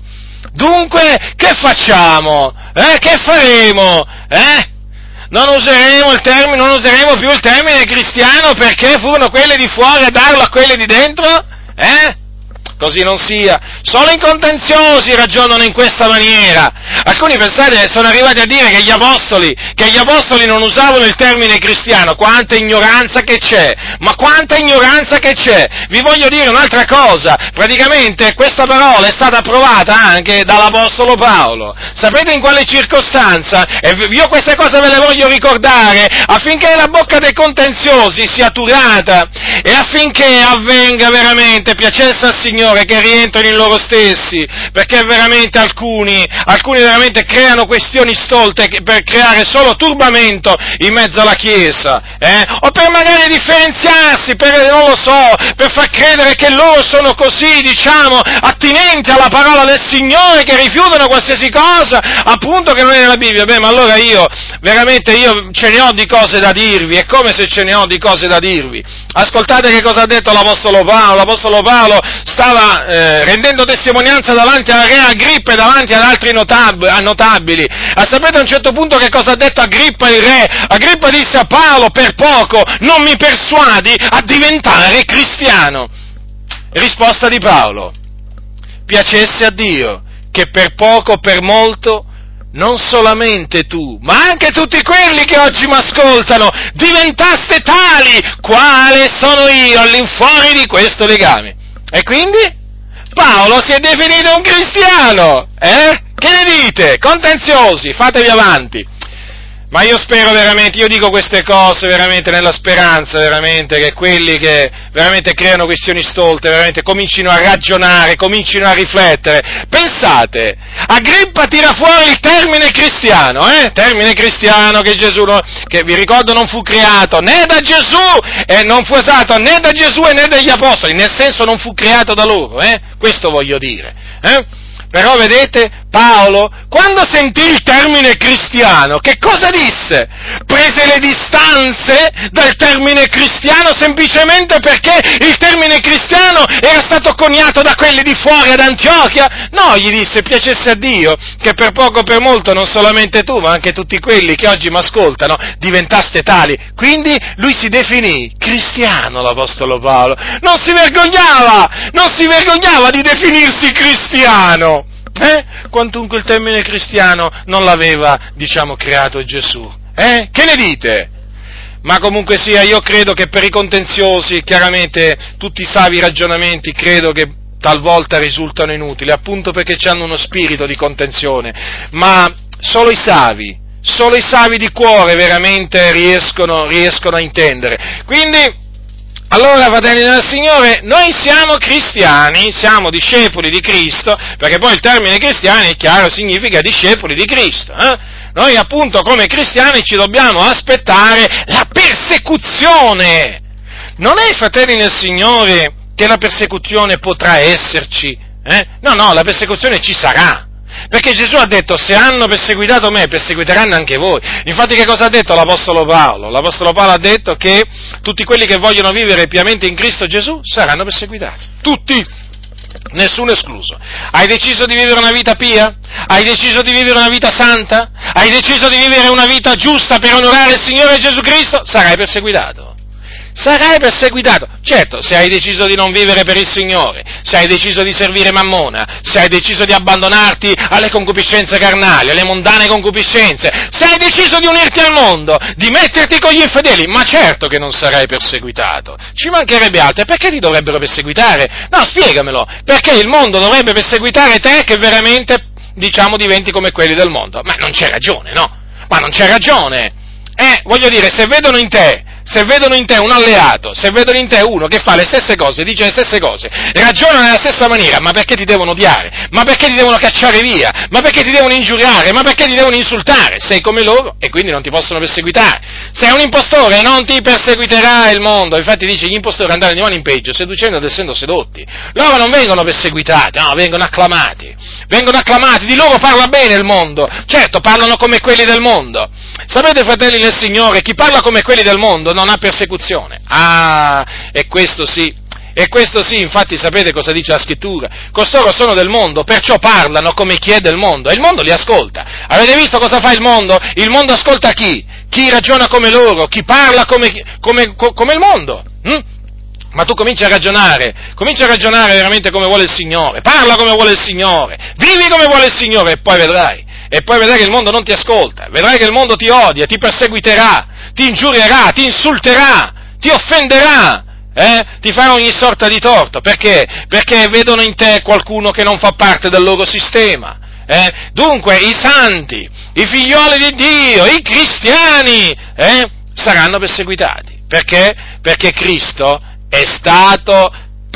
Dunque, che facciamo? Eh, che faremo? Eh? Non useremo il termine, non useremo più il termine cristiano perché furono quelli di fuori a darlo a quelli di dentro? Eh? Così non sia. Solo i contenziosi ragionano in questa maniera. Alcuni, pensate, sono arrivati a dire che gli apostoli, che gli apostoli non usavano il termine cristiano. Quanta ignoranza che c'è! Ma quanta ignoranza che c'è! Vi voglio dire un'altra cosa. Praticamente questa parola è stata approvata anche dall'apostolo Paolo. Sapete in quale circostanza? E io queste cose ve le voglio ricordare affinché la bocca dei contenziosi sia turata e affinché avvenga veramente piacesse al Signore che rientrano in loro stessi, perché veramente alcuni, alcuni veramente creano questioni stolte per creare solo turbamento in mezzo alla Chiesa, eh? O per magari differenziarsi, per, non lo so, per far credere che loro sono così, diciamo, attinenti alla parola del Signore, che rifiutano qualsiasi cosa, appunto, che non è nella Bibbia. Beh, ma allora io, veramente, io ce ne ho di cose da dirvi, è come se ce ne ho di cose da dirvi. Ascoltate che cosa ha detto l'Apostolo Paolo. L'Apostolo Paolo stava stava eh, rendendo testimonianza davanti al re Agrippa e davanti ad altri notab- notabili. A sapete a un certo punto che cosa ha detto Agrippa il re? Agrippa disse a Paolo: per poco non mi persuadi a diventare cristiano. Risposta di Paolo: piacesse a Dio che per poco o per molto non solamente tu, ma anche tutti quelli che oggi mi ascoltano, diventaste tali quale sono io all'infuori di questo legame. E quindi Paolo si è definito un cristiano, eh? Che ne dite? Contenziosi, fatevi avanti. Ma io spero veramente, io dico queste cose veramente nella speranza veramente che quelli che veramente creano questioni stolte veramente comincino a ragionare, comincino a riflettere. Pensate, Agrippa tira fuori il termine cristiano, eh? Termine cristiano che Gesù, che vi ricordo non fu creato né da Gesù e non fu usato né da Gesù e né dagli apostoli, nel senso non fu creato da loro, eh? Questo voglio dire, eh? Però vedete, Paolo, quando sentì il termine cristiano, che cosa disse? Prese le distanze dal termine cristiano semplicemente perché il termine cristiano era stato coniato da quelli di fuori ad Antiochia? No, gli disse: piacesse a Dio che per poco o per molto non solamente tu, ma anche tutti quelli che oggi mi ascoltano diventaste tali. Quindi lui si definì cristiano, l'Apostolo Paolo. Non si vergognava, non si vergognava di definirsi cristiano. Eh? Quantunque il termine cristiano non l'aveva, diciamo, creato Gesù. Eh? Che ne dite? Ma comunque sia, io credo che per i contenziosi, chiaramente, tutti i savi ragionamenti, credo che talvolta risultano inutili, appunto perché hanno uno spirito di contenzione, ma solo i savi, solo i savi di cuore veramente riescono, riescono a intendere. Quindi, allora, fratelli del Signore, noi siamo cristiani, siamo discepoli di Cristo, perché poi il termine cristiani, è chiaro, significa discepoli di Cristo. Eh? Noi appunto come cristiani ci dobbiamo aspettare la persecuzione. Non è, fratelli del Signore, che la persecuzione potrà esserci. Eh? No, no, la persecuzione ci sarà. Perché Gesù ha detto: se hanno perseguitato me, perseguiteranno anche voi. Infatti che cosa ha detto l'Apostolo Paolo? L'Apostolo Paolo ha detto che tutti quelli che vogliono vivere piamente in Cristo Gesù saranno perseguitati. Tutti! Nessuno escluso. Hai deciso di vivere una vita pia? Hai deciso di vivere una vita santa? Hai deciso di vivere una vita giusta per onorare il Signore Gesù Cristo? Sarai perseguitato. Sarai perseguitato. Certo, se hai deciso di non vivere per il Signore, se hai deciso di servire Mammona, se hai deciso di abbandonarti alle concupiscenze carnali, alle mondane concupiscenze, se hai deciso di unirti al mondo, di metterti con gli infedeli, ma certo che non sarai perseguitato. Ci mancherebbe altro. E perché ti dovrebbero perseguitare? No, spiegamelo. Perché il mondo dovrebbe perseguitare te che veramente, diciamo, diventi come quelli del mondo? Ma non c'è ragione, no? Ma non c'è ragione. Eh, voglio dire, se vedono in te Se vedono in te un alleato, se vedono in te uno che fa le stesse cose, dice le stesse cose, ragiona nella stessa maniera, ma perché ti devono odiare? Ma perché ti devono cacciare via? Ma perché ti devono ingiuriare? Ma perché ti devono insultare? Sei come loro e quindi non ti possono perseguitare. Sei un impostore, non ti perseguiterà il mondo. Infatti dice: gli impostori andranno di mano in peggio, seducendo ed essendo sedotti. Loro non vengono perseguitati, no, vengono acclamati. Vengono acclamati, di loro parla bene il mondo. Certo, parlano come quelli del mondo. Sapete, fratelli del Signore, chi parla come quelli del mondo non ha persecuzione. Ah, e questo sì, e questo sì, infatti sapete cosa dice la Scrittura? Costoro sono del mondo, perciò parlano come chi è del mondo, e il mondo li ascolta. Avete visto cosa fa il mondo? Il mondo ascolta chi? Chi ragiona come loro, chi parla come, come, come il mondo. Hm? Ma tu cominci a ragionare, cominci a ragionare veramente come vuole il Signore, parla come vuole il Signore, vivi come vuole il Signore, e poi vedrai, e poi vedrai che il mondo non ti ascolta, vedrai che il mondo ti odia, ti perseguiterà, ti ingiurierà, ti insulterà, ti offenderà, eh? Ti farà ogni sorta di torto. Perché? Perché vedono in te qualcuno che non fa parte del loro sistema. Eh? Dunque i santi, i figlioli di Dio, i cristiani, eh? saranno perseguitati. Perché? Perché Cristo è stato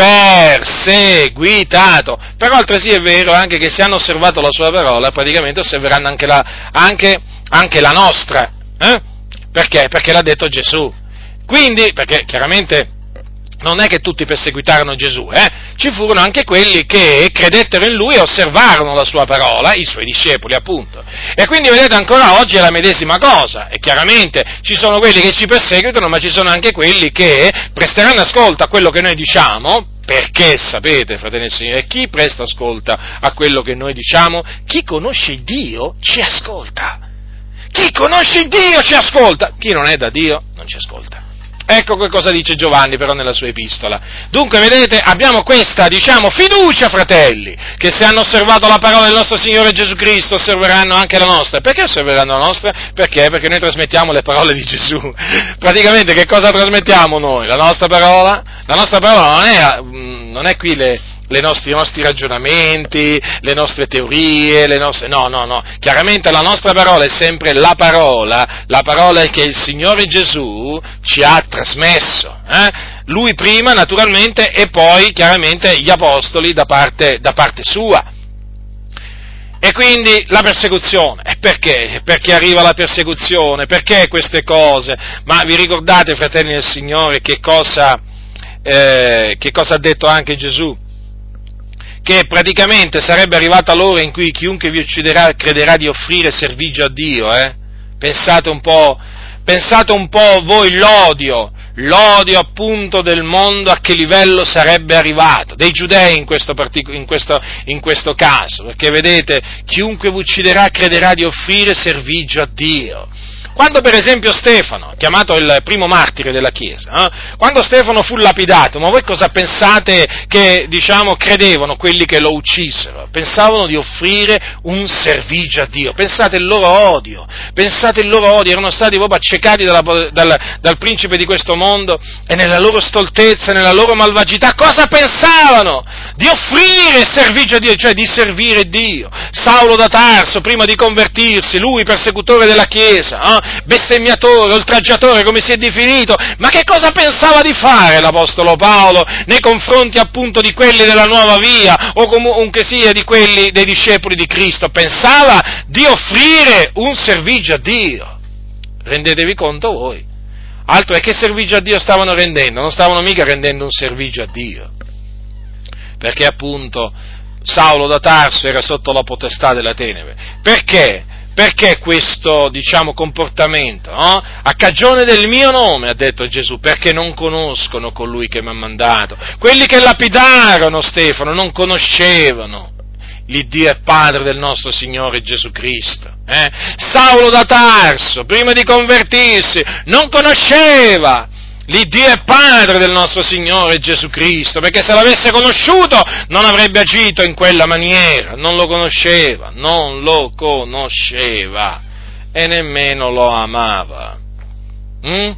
perseguitato. Però altresì è vero anche che se hanno osservato la sua parola, praticamente osserveranno anche la, anche, anche la nostra. Eh? Perché? Perché l'ha detto Gesù. Quindi, perché chiaramente non è che tutti perseguitarono Gesù, eh? Ci furono anche quelli che credettero in Lui e osservarono la sua parola, i Suoi discepoli appunto. E quindi vedete, ancora oggi è la medesima cosa, e chiaramente ci sono quelli che ci perseguitano, ma ci sono anche quelli che presteranno ascolto a quello che noi diciamo, Perché sapete, fratelli e signori, chi presta ascolta a quello che noi diciamo? Chi conosce Dio ci ascolta. Chi conosce Dio ci ascolta. Chi non è da Dio non ci ascolta. Ecco che cosa dice Giovanni però nella sua epistola. Dunque, vedete, abbiamo questa, diciamo, fiducia, fratelli, che se hanno osservato la parola del nostro Signore Gesù Cristo, osserveranno anche la nostra. Perché osserveranno la nostra? Perché? Perché noi trasmettiamo le parole di Gesù. Praticamente che cosa trasmettiamo noi? La nostra parola? La nostra parola non è, non è qui le... Le nostri, i nostri ragionamenti, le nostre teorie, le nostre... No, no, no. Chiaramente la nostra parola è sempre la parola, la parola che il Signore Gesù ci ha trasmesso. Eh? Lui prima, naturalmente, e poi, chiaramente, gli apostoli da parte, da parte sua. E quindi la persecuzione. E perché? Perché arriva la persecuzione? Perché queste cose? Ma vi ricordate, fratelli del Signore, che cosa, eh, che cosa ha detto anche Gesù? Che praticamente sarebbe arrivata l'ora in cui chiunque vi ucciderà crederà di offrire servigio a Dio, eh? Pensate un po', pensate un po' voi l'odio, l'odio appunto del mondo a che livello sarebbe arrivato, dei giudei in questo, partic- in questo, in questo caso, perché vedete, chiunque vi ucciderà crederà di offrire servigio a Dio. Quando per esempio Stefano, chiamato il primo martire della Chiesa, eh, quando Stefano fu lapidato, ma voi cosa pensate che, diciamo, credevano quelli che lo uccisero? Pensavano di offrire un servigio a Dio, pensate il loro odio, pensate il loro odio, erano stati proprio accecati dalla, dal, dal principe di questo mondo e nella loro stoltezza, nella loro malvagità, cosa pensavano? Di offrire servigio a Dio, cioè di servire Dio. Saulo da Tarso, prima di convertirsi, lui persecutore della Chiesa, eh, bestemmiatore, oltraggiatore, come si è definito, ma che cosa pensava di fare l'Apostolo Paolo nei confronti appunto di quelli della nuova via, o comunque sia di quelli dei discepoli di Cristo? Pensava di offrire un servigio a Dio. Rendetevi conto voi. Altro è che servigio a Dio stavano rendendo? Non stavano mica rendendo un servigio a Dio, perché appunto Saulo da Tarso era sotto la potestà della tenebre. Perché? Perché questo, diciamo, comportamento? No? A cagione del mio nome, ha detto Gesù, perché non conoscono colui che mi ha mandato. Quelli che lapidarono Stefano non conoscevano l'Iddio e Padre del nostro Signore Gesù Cristo. Eh? Saulo da Tarso, prima di convertirsi, non conosceva l'Iddio e Padre del nostro Signore Gesù Cristo, perché se l'avesse conosciuto non avrebbe agito in quella maniera, non lo conosceva, non lo conosceva e nemmeno lo amava. Mm?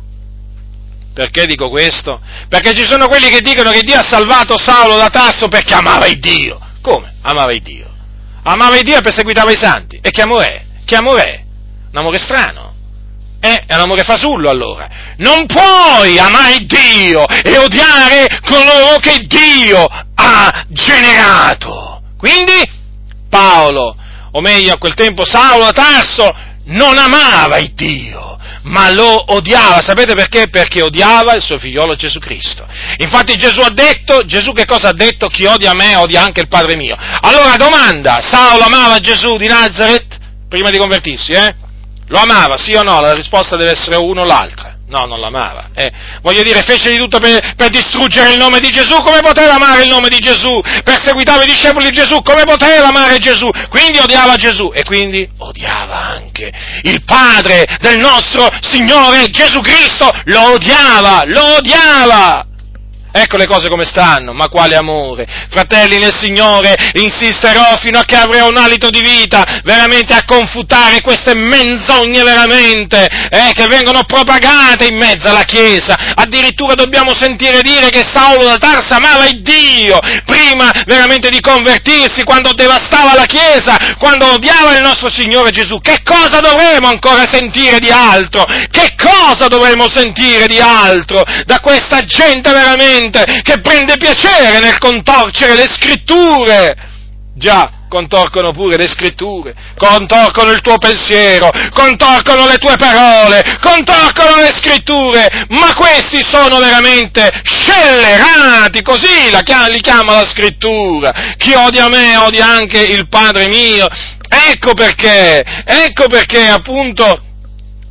Perché dico questo? Perché ci sono quelli che dicono che Dio ha salvato Saulo da Tarso perché amava il Dio. Come? Amava il Dio. Amava il Dio e perseguitava i santi. E che amore è? Che amore è? Un amore strano. Eh, è un amore fasullo allora. Non puoi amare Dio e odiare coloro che Dio ha generato. Quindi Paolo, o meglio a quel tempo Saulo da Tarso, non amava il Dio, ma lo odiava. Sapete perché? Perché odiava il suo figliolo Gesù Cristo. Infatti Gesù ha detto, Gesù che cosa ha detto? Chi odia me odia anche il Padre mio. Allora domanda, Saulo amava Gesù di Nazaret prima di convertirsi, eh? Lo amava, sì o no? La risposta deve essere uno o l'altra. No, non l'amava. Eh. Voglio dire, fece di tutto per, per distruggere il nome di Gesù. Come poteva amare il nome di Gesù? Perseguitava i discepoli di Gesù. Come poteva amare Gesù? Quindi odiava Gesù. E quindi odiava anche il Padre del nostro Signore Gesù Cristo. Lo odiava, lo odiava. Ecco le cose come stanno, ma quale amore. Fratelli nel Signore, insisterò fino a che avrò un alito di vita, veramente a confutare queste menzogne veramente, eh, che vengono propagate in mezzo alla Chiesa. Addirittura dobbiamo sentire dire che Saulo da Tarso amava il Dio, prima veramente di convertirsi, quando devastava la Chiesa, quando odiava il nostro Signore Gesù. Che cosa dovremo ancora sentire di altro? Che cosa dovremo sentire di altro da questa gente veramente che prende piacere nel contorcere le scritture? Già, contorcono pure le scritture, contorcono il tuo pensiero, contorcono le tue parole, contorcono le scritture, ma questi sono veramente scellerati, così la, li chiama la scrittura. Chi odia me odia anche il Padre mio. Ecco perché, ecco perché appunto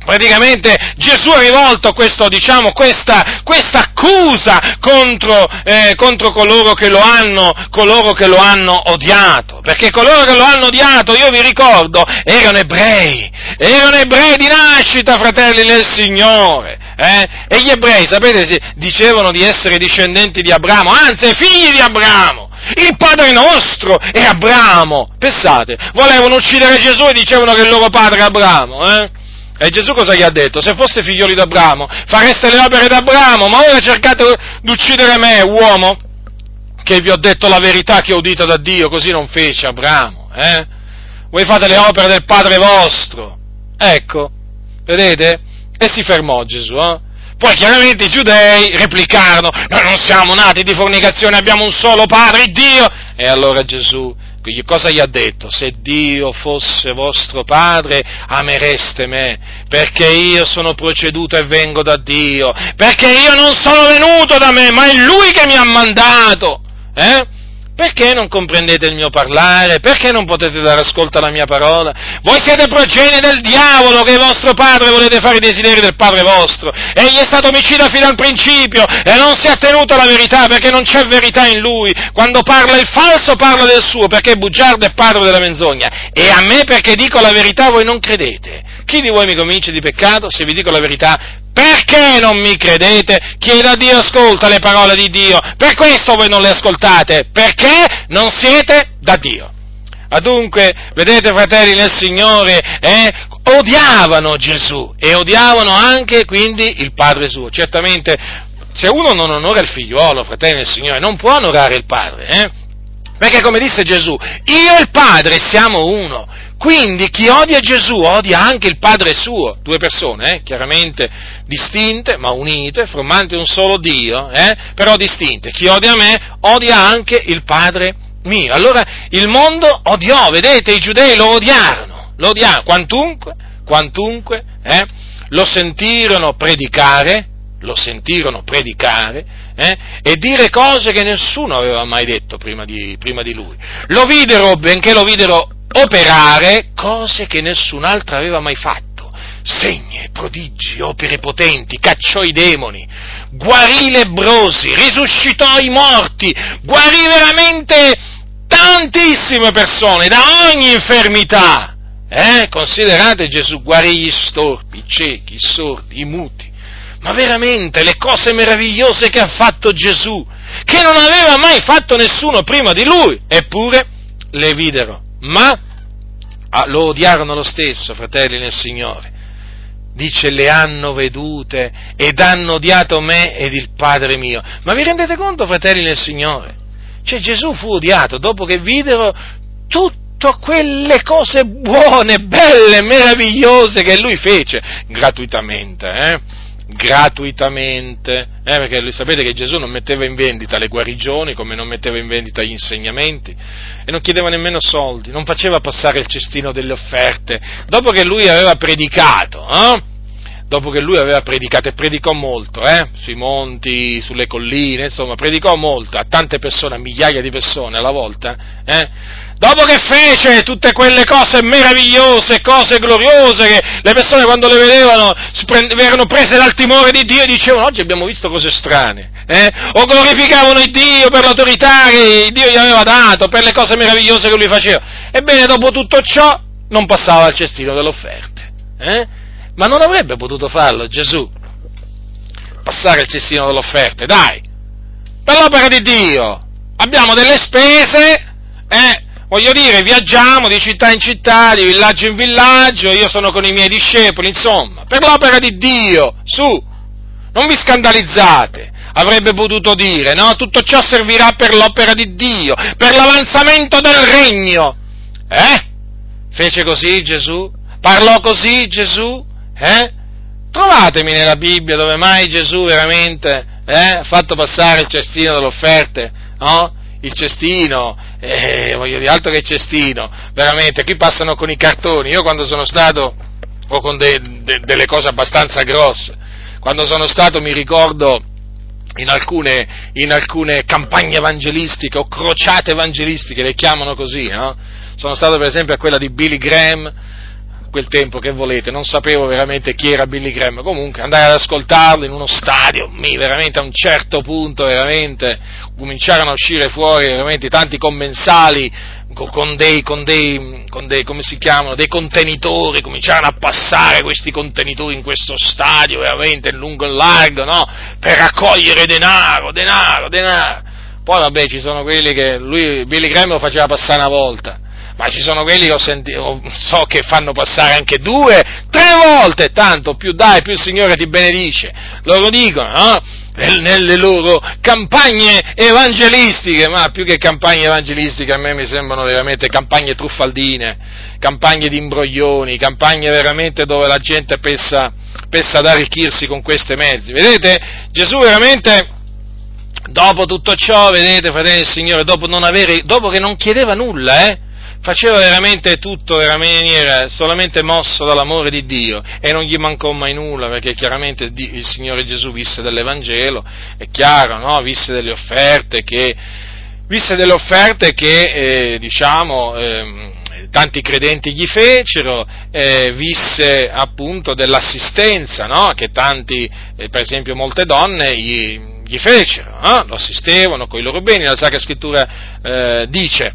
praticamente Gesù ha rivolto questo, diciamo, questa, questa accusa contro, eh, contro coloro che lo hanno, coloro che lo hanno odiato, perché coloro che lo hanno odiato, io vi ricordo, erano ebrei, erano ebrei di nascita, fratelli nel Signore, eh? E gli ebrei, sapete, dicevano di essere discendenti di Abramo, anzi, figli di Abramo. Il Padre nostro è Abramo, pensate, volevano uccidere Gesù e dicevano che il loro padre è Abramo, eh? E Gesù cosa gli ha detto? Se foste figlioli d'Abramo, fareste le opere d'Abramo, ma ora cercate di uccidere me, uomo, che vi ho detto la verità che ho udito da Dio, così non fece Abramo, eh? Voi fate le opere del Padre vostro, ecco, vedete? E si fermò Gesù, eh? Poi chiaramente i giudei replicarono, noi non siamo nati di fornicazione, abbiamo un solo Padre, Dio. E allora Gesù, cosa gli ha detto? Se Dio fosse vostro Padre, amereste me, perché io sono proceduto e vengo da Dio, perché io non sono venuto da me, ma è Lui che mi ha mandato. Eh? Perché non comprendete il mio parlare? Perché non potete dare ascolto alla mia parola? Voi siete progenie del diavolo, che è vostro padre, volete fare i desideri del padre vostro. Egli è stato omicida fino al principio e non si è attenuto alla verità, perché non c'è verità in lui. Quando parla il falso parla del suo, perché è bugiardo e padre della menzogna. E a me, perché dico la verità, voi non credete. Chi di voi mi convince di peccato se vi dico la verità? Perché non mi credete? Chieda a Dio, ascolta le parole di Dio. Per questo voi non le ascoltate, perché non siete da Dio. Adunque, vedete, fratelli nel Signore, eh, odiavano Gesù e odiavano anche quindi il Padre suo. Certamente, se uno non onora il figliuolo, fratelli nel Signore, non può onorare il Padre, eh? Perché come disse Gesù, io e il Padre siamo uno. Quindi chi odia Gesù odia anche il Padre suo, due persone, eh, chiaramente distinte, ma unite, formanti un solo Dio, eh, però distinte. Chi odia me odia anche il Padre mio. Allora il mondo odiò, vedete, i giudei lo odiarono, lo odiarono, quantunque, quantunque, eh, lo sentirono predicare, lo sentirono predicare, eh, e dire cose che nessuno aveva mai detto prima di, prima di lui. Lo videro, benché lo videro operare cose che nessun altro aveva mai fatto, segni, prodigi, opere potenti, cacciò i demoni, guarì i lebbrosi, risuscitò i morti, guarì veramente tantissime persone da ogni infermità, eh? Considerate, Gesù guarì gli storpi, i ciechi, i sordi, i muti, ma veramente le cose meravigliose che ha fatto Gesù, che non aveva mai fatto nessuno prima di lui, eppure le videro. Ma ah, lo odiarono lo stesso, fratelli nel Signore. Dice, le hanno vedute ed hanno odiato me ed il Padre mio. Ma vi rendete conto, fratelli nel Signore? Cioè Gesù fu odiato dopo che videro tutte quelle cose buone, belle, meravigliose che lui fece, gratuitamente, eh? gratuitamente, eh, perché lui, sapete che Gesù non metteva in vendita le guarigioni, come non metteva in vendita gli insegnamenti, e non chiedeva nemmeno soldi, non faceva passare il cestino delle offerte, dopo che lui aveva predicato, eh? dopo che lui aveva predicato, e predicò molto, eh? sui monti, sulle colline, insomma, predicò molto, a tante persone, a migliaia di persone alla volta, eh? Dopo che fece tutte quelle cose meravigliose, cose gloriose, che le persone quando le vedevano erano prese dal timore di Dio e dicevano, oggi abbiamo visto cose strane, eh? o glorificavano il Dio per l'autorità che Dio gli aveva dato, per le cose meravigliose che lui faceva. Ebbene, dopo tutto ciò, non passava al cestino delle offerte. Eh? Ma non avrebbe potuto farlo Gesù, passare al cestino delle offerte, dai, per l'opera di Dio. Abbiamo delle spese, eh? Voglio dire, viaggiamo di città in città, di villaggio in villaggio, io sono con i miei discepoli, insomma, per l'opera di Dio, su, non vi scandalizzate, avrebbe potuto dire, no? Tutto ciò servirà per l'opera di Dio, per l'avanzamento del regno, eh? Fece così Gesù? Parlò così Gesù? Eh? Trovatemi nella Bibbia dove mai Gesù veramente eh, ha fatto passare il cestino delle offerte, no? Il cestino, eh, voglio dire, altro che cestino, veramente, qui passano con i cartoni. Io quando sono stato, o con de, de, delle cose abbastanza grosse, quando sono stato mi ricordo in alcune, in alcune campagne evangelistiche o crociate evangelistiche, le chiamano così, no? Sono stato per esempio a quella di Billy Graham, a quel tempo, che volete, non sapevo veramente chi era Billy Graham, comunque andare ad ascoltarlo in uno stadio, mi, veramente a un certo punto veramente cominciarono a uscire fuori veramente tanti commensali con dei, con dei, con dei, come si chiamano, dei contenitori, cominciarono a passare questi contenitori in questo stadio veramente in lungo e largo, no? Per raccogliere denaro, denaro, denaro. Poi vabbè, ci sono quelli che lui, Billy Graham lo faceva passare una volta, ma ci sono quelli che ho sentito, so che fanno passare anche due, tre volte, tanto più dai, più il Signore ti benedice, loro dicono, no? Nelle loro campagne evangelistiche, ma più che campagne evangelistiche a me mi sembrano veramente campagne truffaldine, campagne di imbroglioni, campagne veramente dove la gente pensa, pensa ad arricchirsi con questi mezzi. Vedete, Gesù veramente, dopo tutto ciò, vedete, fratelli del Signore, dopo non avere, dopo che non chiedeva nulla, eh, faceva veramente tutto veramente solamente mosso dall'amore di Dio, e non gli mancò mai nulla, perché chiaramente il Signore Gesù visse dell'Evangelo, è chiaro, no? Visse delle offerte che, visse delle offerte che eh, diciamo, eh, tanti credenti gli fecero, eh, visse appunto dell'assistenza, no? Che tanti, eh, per esempio molte donne gli, gli fecero, no? Lo assistevano con i loro beni, la Sacra Scrittura eh, dice.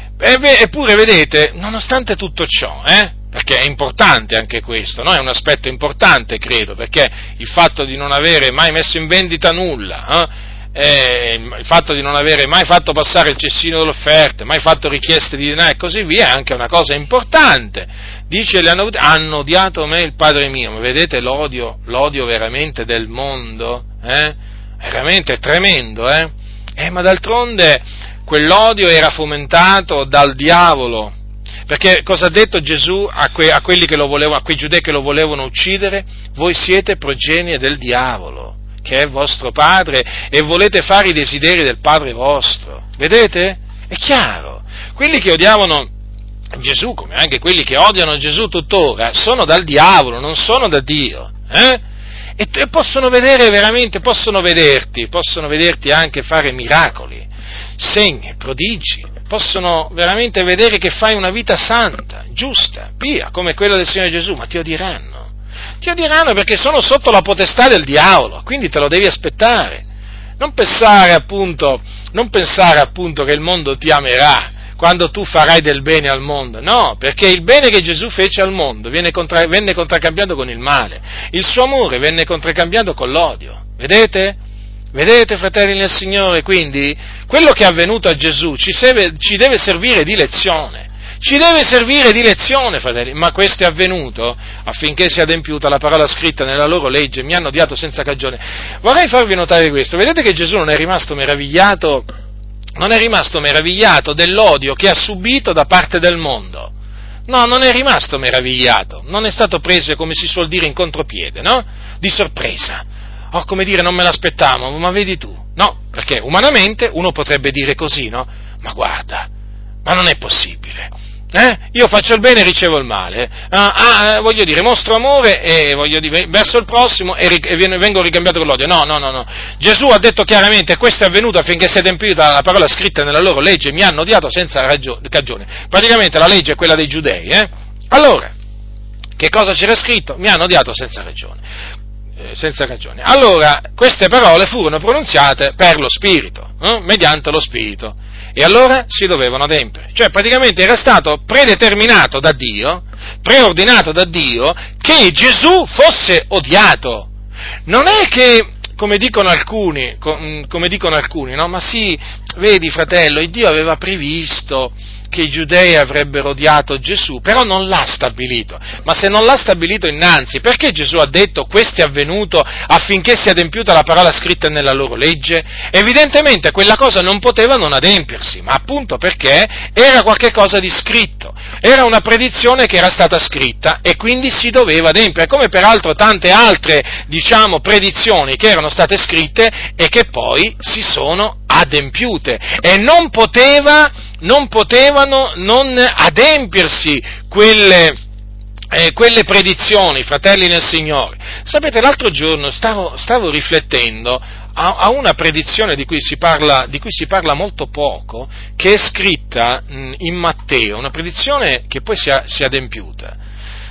Eppure, vedete, nonostante tutto ciò, eh, perché è importante anche questo, no? È un aspetto importante, credo, perché il fatto di non avere mai messo in vendita nulla, eh, eh, il fatto di non avere mai fatto passare il cessino delle offerte, mai fatto richieste di denaro e così via, è anche una cosa importante. Dice, le hanno, hanno odiato me il Padre mio, ma vedete l'odio, l'odio veramente del mondo, eh? Veramente tremendo, eh? Eh, ma d'altronde quell'odio era fomentato dal diavolo, perché cosa ha detto Gesù a, que, a quelli che lo volevano, a quei giudei che lo volevano uccidere? Voi siete progenie del diavolo, che è vostro padre, e volete fare i desideri del padre vostro. Vedete? È chiaro. Quelli che odiavano Gesù, come anche quelli che odiano Gesù tuttora, sono dal diavolo, non sono da Dio, eh? E, e possono vedere veramente, possono vederti, possono vederti anche fare miracoli, segni, prodigi, possono veramente vedere che fai una vita santa, giusta, pia, come quella del Signore Gesù, ma ti odieranno, ti odieranno perché sono sotto la potestà del diavolo, quindi te lo devi aspettare. Non pensare appunto, non pensare appunto che il mondo ti amerà quando tu farai del bene al mondo, no, perché il bene che Gesù fece al mondo viene contra, venne contraccambiato con il male, il suo amore venne contraccambiato con l'odio, vedete? Vedete, fratelli nel Signore, quindi quello che è avvenuto a Gesù ci, serve, ci deve servire di lezione, ci deve servire di lezione, fratelli, ma questo è avvenuto affinché sia adempiuta la parola scritta nella loro legge, mi hanno odiato senza cagione. Vorrei farvi notare questo, vedete che Gesù non è rimasto meravigliato, non è rimasto meravigliato dell'odio che ha subito da parte del mondo. No, non è rimasto meravigliato, non è stato preso, come si suol dire, in contropiede, no? Di sorpresa. Oh, come dire, non me l'aspettavo, ma vedi tu. No, perché umanamente uno potrebbe dire così, no? Ma guarda, ma non è possibile. Eh? Io faccio il bene e ricevo il male. Ah, ah, voglio dire, mostro amore e voglio dire, verso il prossimo e, ri- e vengo ricambiato con l'odio. No, no, no, no. Gesù ha detto chiaramente, questo è avvenuto affinché sia adempiuta la parola scritta nella loro legge, mi hanno odiato senza ragio- cagione. Praticamente la legge è quella dei giudei, eh? Allora, che cosa c'era scritto? Mi hanno odiato senza ragione. senza ragione. Allora, queste parole furono pronunziate per lo Spirito, eh? mediante lo Spirito, e allora si dovevano adempiere. Cioè, praticamente era stato predeterminato da Dio, preordinato da Dio, che Gesù fosse odiato. Non è che, come dicono alcuni, come dicono alcuni, no? Ma sì, vedi fratello, il Dio aveva previsto che i giudei avrebbero odiato Gesù, però non l'ha stabilito. Ma se non l'ha stabilito innanzi, perché Gesù ha detto questo è avvenuto affinché sia adempiuta la parola scritta nella loro legge? Evidentemente quella cosa non poteva non adempiersi, ma appunto perché era qualche cosa di scritto, era una predizione che era stata scritta e quindi si doveva adempiere, come peraltro tante altre, diciamo, predizioni che erano state scritte e che poi si sono adempiute, e non poteva, non potevano non adempiersi quelle, eh, quelle predizioni, fratelli nel Signore. Sapete, l'altro giorno stavo, stavo riflettendo a, a una predizione di cui si parla, di cui si parla molto poco, che è scritta mh, in Matteo, una predizione che poi si è, si è adempiuta.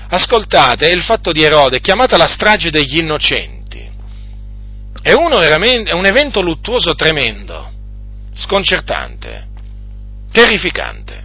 ascoltate, il fatto di Erode, chiamata la strage degli innocenti, è, uno veramente, è un evento luttuoso tremendo, sconcertante, terrificante.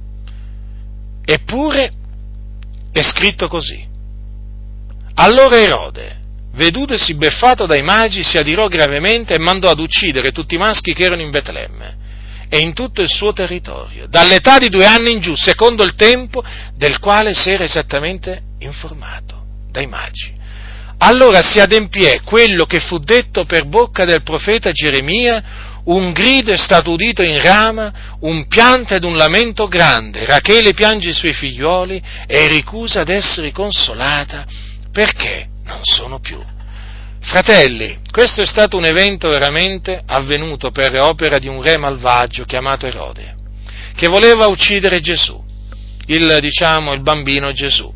Eppure è scritto così. Allora Erode, vedutosi beffato dai magi, si adirò gravemente e mandò ad uccidere tutti i maschi che erano in Betlemme e in tutto il suo territorio, dall'età di due anni in giù, secondo il tempo del quale si era esattamente informato dai magi. Allora si adempiè quello che fu detto per bocca del profeta Geremia: un grido è stato udito in Rama, un pianto ed un lamento grande. Rachele piange i suoi figliuoli e ricusa d'essere consolata perché non sono più. Fratelli, questo è stato un evento veramente avvenuto per opera di un re malvagio chiamato Erode, che voleva uccidere Gesù, il, diciamo, il bambino Gesù.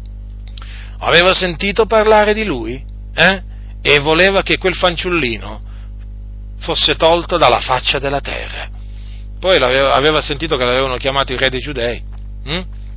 Aveva sentito parlare di lui, eh? E voleva che quel fanciullino fosse tolto dalla faccia della terra. Poi aveva, aveva sentito che l'avevano chiamato il re dei Giudei. Hm?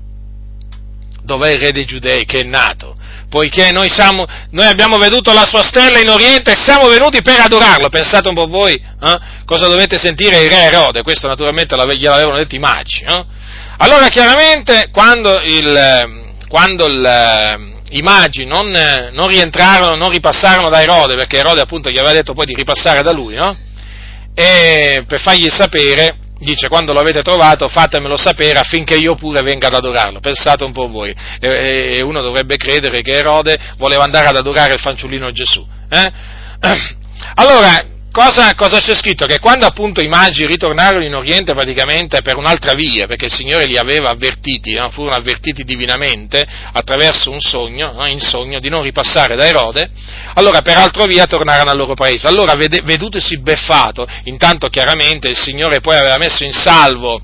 Dov'è il re dei Giudei che è nato? Poiché noi, siamo, noi abbiamo veduto la sua stella in Oriente e siamo venuti per adorarlo. Pensate un po' voi eh? cosa dovete sentire il re Erode. Questo naturalmente gliel'avevano detto i magi. Eh? Allora chiaramente quando, il, quando il, i magi non, non rientrarono, non ripassarono da Erode, perché Erode appunto gli aveva detto poi di ripassare da lui, no? E per fargli sapere, dice: quando lo avete trovato fatemelo sapere affinché io pure venga ad adorarlo. Pensate un po' voi, e uno dovrebbe credere che Erode voleva andare ad adorare il fanciullino Gesù. Eh? Allora, cosa, cosa c'è scritto? Che quando appunto i magi ritornarono in Oriente praticamente per un'altra via, perché il Signore li aveva avvertiti, no? Furono avvertiti divinamente attraverso un sogno, no? in sogno, di non ripassare da Erode, allora per altro via tornarono al loro paese. Allora vede, vedutosi beffato, intanto chiaramente il Signore poi aveva messo in salvo,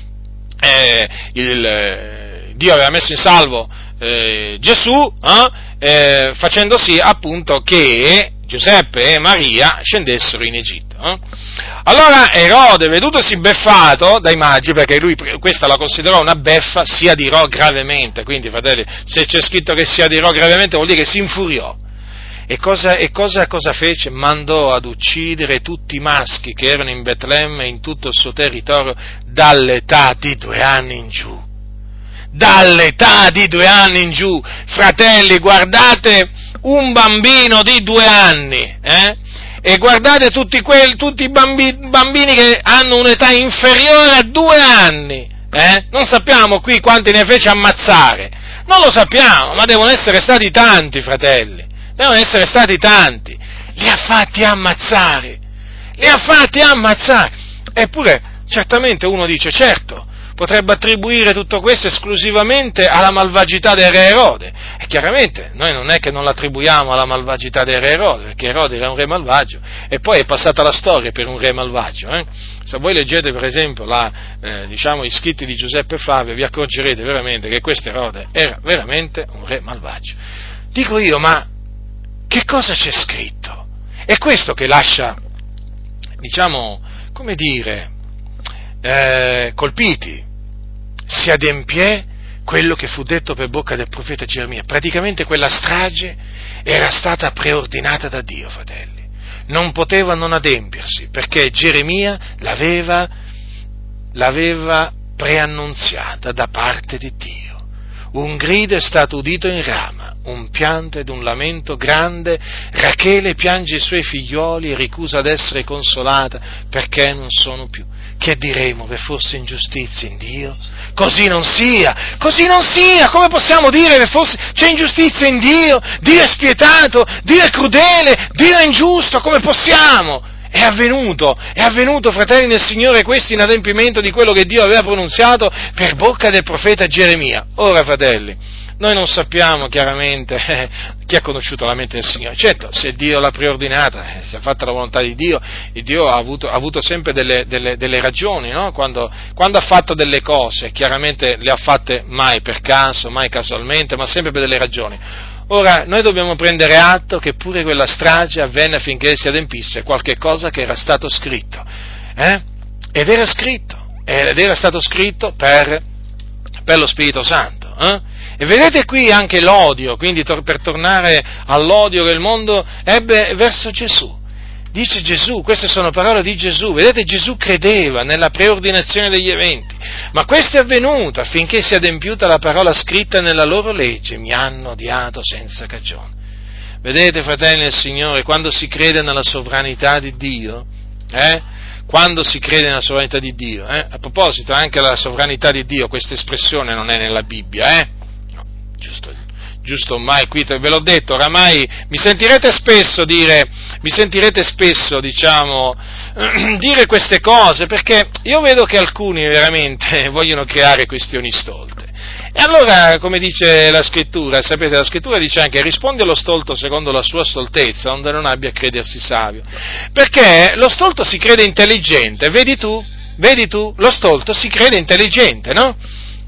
eh, il, eh, Dio aveva messo in salvo eh, Gesù, eh, eh, facendo sì appunto che Giuseppe e Maria scendessero in Egitto. Eh? Allora Erode, vedutosi beffato dai magi, perché lui questa la considerò una beffa, si adirò gravemente. Quindi, fratelli, se c'è scritto che si adirò gravemente vuol dire che si infuriò. E cosa, e cosa, cosa fece? Mandò ad uccidere tutti i maschi che erano in Betlemme e in tutto il suo territorio dall'età di due anni in giù. Dall'età di due anni in giù. Fratelli, guardate un bambino di due anni, eh? E guardate tutti, quelli, tutti i bambini, bambini che hanno un'età inferiore a due anni, eh? Non sappiamo qui quanti ne fece ammazzare, non lo sappiamo, ma devono essere stati tanti, fratelli, devono essere stati tanti, li ha fatti ammazzare, li ha fatti ammazzare, eppure certamente uno dice, certo, potrebbe attribuire tutto questo esclusivamente alla malvagità del re Erode. E chiaramente noi non è che non l'attribuiamo alla malvagità del re Erode, perché Erode era un re malvagio, e poi è passata la storia per un re malvagio. Eh? Se voi leggete per esempio la, eh, diciamo, gli scritti di Giuseppe Flavio, vi accorgerete veramente che questo Erode era veramente un re malvagio. Dico io, ma che cosa c'è scritto? È questo che lascia, diciamo, come dire, eh, colpiti. Si adempiè quello che fu detto per bocca del profeta Geremia. Praticamente quella strage era stata preordinata da Dio, fratelli. Non poteva non adempiersi, perché Geremia l'aveva, l'aveva preannunziata da parte di Dio. Un grido è stato udito in Rama, un pianto ed un lamento grande. Rachele piange i suoi figlioli e ricusa d'essere consolata perché non sono più. Che diremo che fosse ingiustizia in Dio? Così non sia, così non sia, come possiamo dire che fosse, c'è ingiustizia in Dio? Dio è spietato, Dio è crudele, Dio è ingiusto, come possiamo? È avvenuto, è avvenuto, fratelli nel Signore, questo in adempimento di quello che Dio aveva pronunziato per bocca del profeta Geremia. Ora, fratelli, noi non sappiamo chiaramente eh, chi ha conosciuto la mente del Signore. Certo, se Dio l'ha preordinata, eh, si è fatta la volontà di Dio, e Dio ha avuto, ha avuto sempre delle, delle, delle ragioni, no? Quando, quando ha fatto delle cose, chiaramente le ha fatte mai per caso, mai casualmente, ma sempre per delle ragioni. Ora, noi dobbiamo prendere atto che pure quella strage avvenne affinché si adempisse qualche cosa che era stato scritto, eh? Ed era scritto, ed era stato scritto per, per lo Spirito Santo, eh? E vedete qui anche l'odio, quindi tor- per tornare all'odio che il mondo ebbe verso Gesù. Dice Gesù, queste sono parole di Gesù, vedete Gesù credeva nella preordinazione degli eventi, ma questo è avvenuto affinché sia adempiuta la parola scritta nella loro legge, mi hanno odiato senza cagione. Vedete, fratelli del Signore, quando si crede nella sovranità di Dio, eh, quando si crede nella sovranità di Dio, eh, a proposito anche la sovranità di Dio, questa espressione non è nella Bibbia, eh, no, giusto Giusto ormai, qui ve l'ho detto, oramai mi sentirete spesso dire, mi sentirete spesso, diciamo, dire queste cose, perché io vedo che alcuni veramente vogliono creare questioni stolte. E allora, come dice la scrittura, sapete, la scrittura dice anche, rispondi allo stolto secondo la sua stoltezza, onde non abbia a credersi savio. Perché lo stolto si crede intelligente, vedi tu, vedi tu, lo stolto si crede intelligente, no?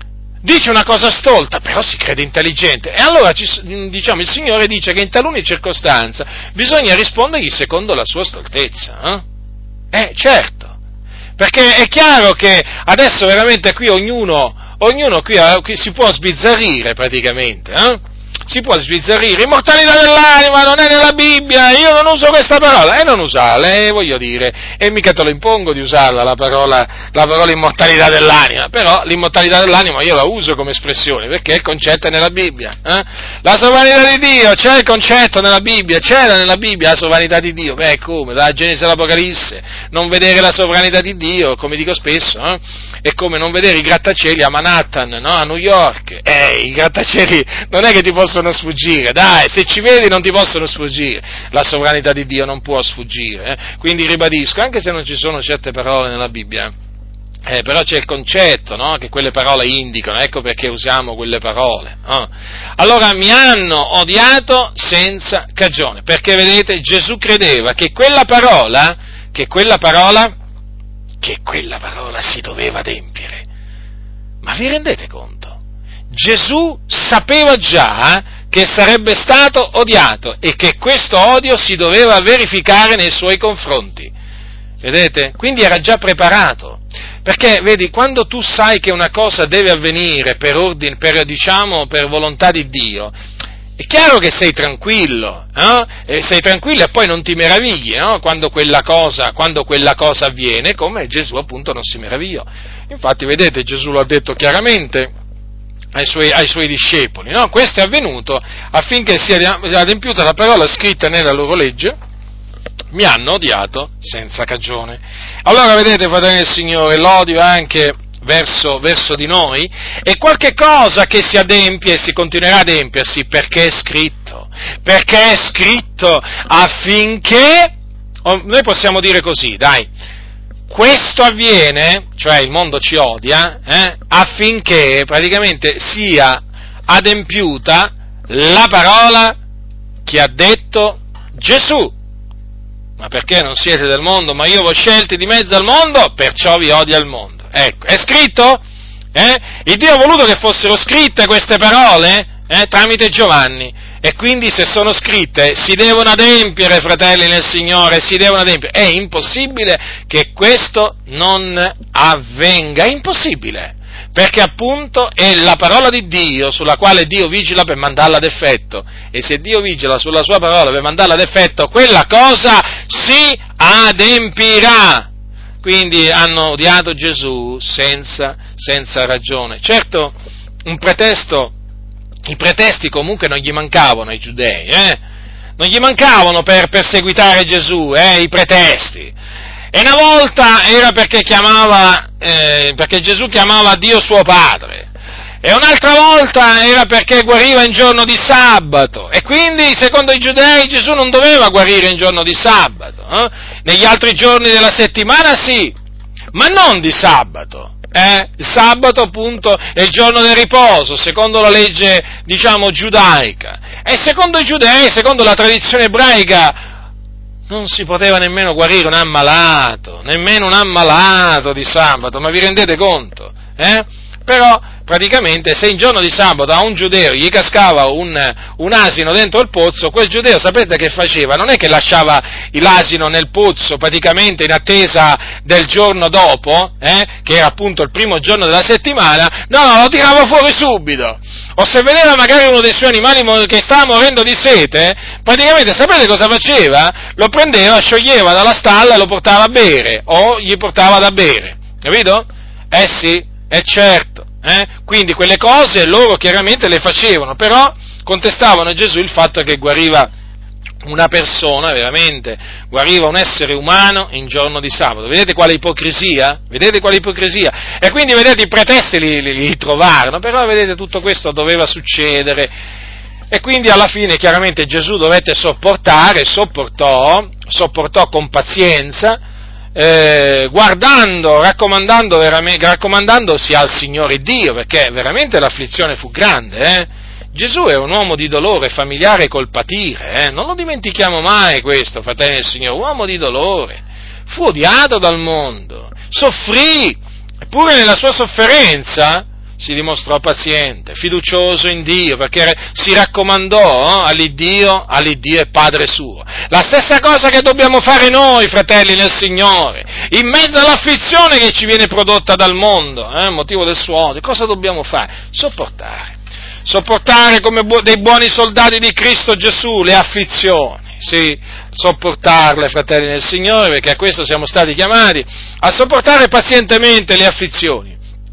Dice una cosa stolta, però si crede intelligente. E allora, ci, diciamo, il Signore dice che in talune circostanze bisogna rispondergli secondo la sua stoltezza. Eh, eh certo. Perché è chiaro che adesso veramente qui ognuno, ognuno qui, qui si può sbizzarrire praticamente, eh? Si può sbizzarrire, immortalità dell'anima non è nella Bibbia, io non uso questa parola, e non usarla, eh, voglio dire, e mica te lo impongo di usarla, la parola, la parola immortalità dell'anima, però l'immortalità dell'anima io la uso come espressione, perché il concetto è nella Bibbia, eh? La sovranità di Dio, c'è il concetto nella Bibbia, c'era nella Bibbia la sovranità di Dio, beh come, dalla Genesi all'Apocalisse, non vedere la sovranità di Dio, come dico spesso, eh? È come non vedere i grattacieli a Manhattan, no? A New York, eh, i grattacieli non è che ti possono sfuggire, dai, se ci vedi non ti possono sfuggire, la sovranità di Dio non può sfuggire, eh? Quindi ribadisco, anche se non ci sono certe parole nella Bibbia, eh, però c'è il concetto, no? Che quelle parole indicano, ecco perché usiamo quelle parole. No? Allora mi hanno odiato senza cagione, perché vedete Gesù credeva che quella parola, che quella parola, che quella parola si doveva adempiere. Ma vi rendete conto? Gesù sapeva già che sarebbe stato odiato e che questo odio si doveva verificare nei suoi confronti. Vedete? Quindi era già preparato. Perché, vedi, quando tu sai che una cosa deve avvenire per ordine, per, diciamo, per volontà di Dio, è chiaro che sei tranquillo, no? E sei tranquillo e poi non ti meravigli, no? Quando quella cosa, quando quella cosa avviene, come Gesù appunto non si meravigliò. Infatti, vedete, Gesù lo ha detto chiaramente ai suoi, ai suoi discepoli, no? Questo è avvenuto affinché sia adempiuta la parola scritta nella loro legge, mi hanno odiato senza cagione. Allora, vedete, fratelli del Signore, l'odio anche verso, verso di noi è qualche cosa che si adempie e si continuerà ad adempiersi perché è scritto, perché è scritto affinché, noi possiamo dire così, dai, questo avviene, cioè il mondo ci odia, eh, affinché praticamente sia adempiuta la parola che ha detto Gesù. Ma perché non siete del mondo, ma io vi ho scelti di mezzo al mondo, perciò vi odia il mondo. Ecco, è scritto? Eh? Il Dio ha voluto che fossero scritte queste parole eh, tramite Giovanni, e quindi se sono scritte si devono adempiere, fratelli nel Signore, si devono adempiere. È impossibile che questo non avvenga, è impossibile, perché appunto è la parola di Dio sulla quale Dio vigila per mandarla ad effetto, e se Dio vigila sulla sua parola per mandarla ad effetto, quella cosa si adempirà. Quindi hanno odiato Gesù senza, senza ragione. Certo, un pretesto, i pretesti comunque non gli mancavano ai giudei, eh? Non gli mancavano per perseguitare Gesù, eh? I pretesti. E una volta era perché chiamava, eh, perché Gesù chiamava Dio suo Padre, e un'altra volta era perché guariva in giorno di sabato, e quindi secondo i giudei Gesù non doveva guarire in giorno di sabato, eh? Negli altri giorni della settimana sì, ma non di sabato. Eh? Il sabato appunto è il giorno del riposo, secondo la legge, diciamo, giudaica, e secondo i giudei, secondo la tradizione ebraica, non si poteva nemmeno guarire un ammalato, nemmeno un ammalato di sabato, ma vi rendete conto? Eh? Però, praticamente se in giorno di sabato a un giudeo gli cascava un, un asino dentro il pozzo, quel giudeo sapete che faceva? Non è che lasciava l'asino nel pozzo praticamente in attesa del giorno dopo, eh, che era appunto il primo giorno della settimana, no, no, lo tirava fuori subito. O se vedeva magari uno dei suoi animali che stava morendo di sete, praticamente sapete cosa faceva? Lo prendeva, scioglieva dalla stalla e lo portava a bere, o gli portava da bere, capito? Eh sì, è certo, eh? Quindi quelle cose loro chiaramente le facevano, però contestavano a Gesù il fatto che guariva una persona, veramente, guariva un essere umano in giorno di sabato. Vedete quale ipocrisia? Vedete quale ipocrisia? E quindi, vedete, i pretesti li, li, li trovarono, però, vedete, tutto questo doveva succedere, e quindi alla fine, chiaramente, Gesù dovette sopportare, sopportò, sopportò con pazienza, eh, guardando, raccomandando, veramente, raccomandandosi al Signore Dio, perché veramente l'afflizione fu grande, eh? Gesù è un uomo di dolore familiare col patire, eh? Non lo dimentichiamo mai questo, fratelli del Signore, uomo di dolore, fu odiato dal mondo, soffrì, eppure nella sua sofferenza si dimostrò paziente, fiducioso in Dio, perché si raccomandò eh, all'Iddio, all'Iddio e Padre suo. La stessa cosa che dobbiamo fare noi, fratelli nel Signore, in mezzo all'afflizione che ci viene prodotta dal mondo, eh, motivo del suo odio, cosa dobbiamo fare? Sopportare. Sopportare come bu- dei buoni soldati di Cristo Gesù le afflizioni, sì, sopportarle, fratelli nel Signore, perché a questo siamo stati chiamati, a sopportare pazientemente le afflizioni.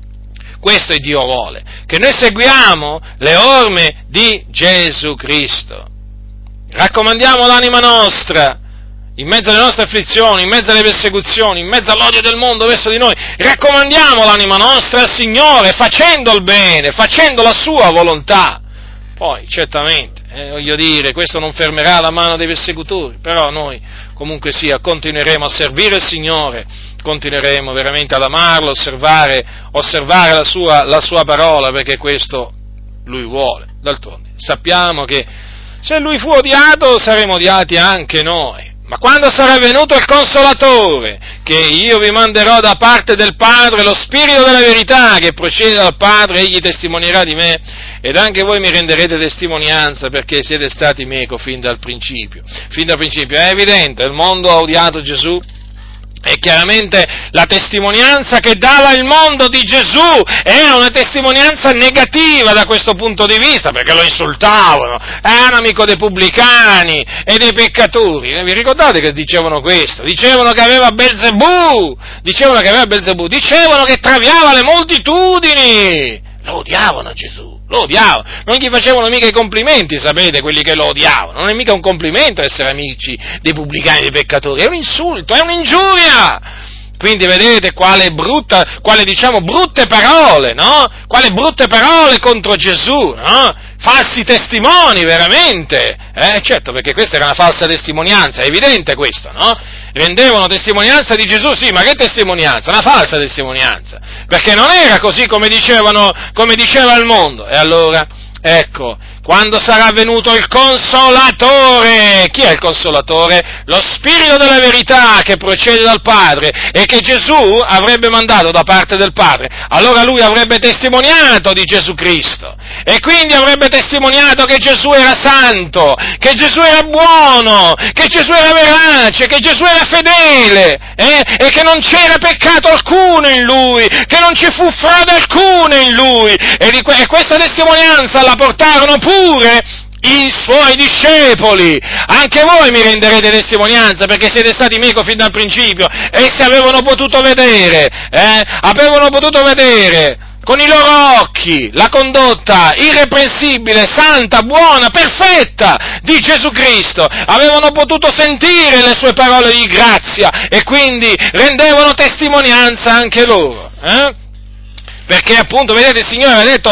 Questo è Dio vuole, che noi seguiamo le orme di Gesù Cristo. Raccomandiamo l'anima nostra, in mezzo alle nostre afflizioni, in mezzo alle persecuzioni, in mezzo all'odio del mondo verso di noi, raccomandiamo l'anima nostra al Signore, facendo il bene, facendo la sua volontà. Poi, certamente, eh, voglio dire, questo non fermerà la mano dei persecutori, però noi, comunque sia, continueremo a servire il Signore, continueremo veramente ad amarlo, osservare, osservare la sua, la sua parola, perché questo Lui vuole. D'altronde, sappiamo che se Lui fu odiato, saremo odiati anche noi. Ma quando sarà venuto il Consolatore, che io vi manderò da parte del Padre, lo Spirito della verità che procede dal Padre, egli testimonierà di me, ed anche voi mi renderete testimonianza, perché siete stati meco fin dal principio. Fin dal principio, è evidente, il mondo ha odiato Gesù, e chiaramente la testimonianza che dava il mondo di Gesù era una testimonianza negativa da questo punto di vista, perché lo insultavano, era amico dei pubblicani e dei peccatori. Vi ricordate che dicevano questo? Dicevano che aveva Belzebù, dicevano che aveva Belzebù, dicevano che traviava le moltitudini, lo odiavano Gesù. Lo odiavano, non gli facevano mica i complimenti, sapete, quelli che lo odiavano, non è mica un complimento essere amici dei pubblicani e dei peccatori, è un insulto, è un'ingiuria. Quindi vedete quale brutta, quale diciamo brutte parole, no? Quale brutte parole contro Gesù, no? Falsi testimoni, veramente, eh? Certo, perché questa era una falsa testimonianza, è evidente questo, no? Rendevano testimonianza di Gesù, sì, ma che testimonianza? Una falsa testimonianza, perché non era così come dicevano, come diceva il mondo. E allora, ecco, quando sarà venuto il Consolatore, chi è il Consolatore? Lo Spirito della verità che procede dal Padre e che Gesù avrebbe mandato da parte del Padre, allora lui avrebbe testimoniato di Gesù Cristo, e quindi avrebbe testimoniato che Gesù era santo, che Gesù era buono, che Gesù era verace, che Gesù era fedele, eh? E che non c'era peccato alcuno in lui, che non ci fu frode alcuna in lui, e, di que- e questa testimonianza la portarono pure i suoi discepoli. Anche voi mi renderete testimonianza, perché siete stati meco fin dal principio. Essi avevano potuto vedere, eh? avevano potuto vedere con i loro occhi la condotta irreprensibile, santa, buona, perfetta di Gesù Cristo, avevano potuto sentire le sue parole di grazia, e quindi rendevano testimonianza anche loro, eh? Perché appunto, vedete, il Signore ha detto: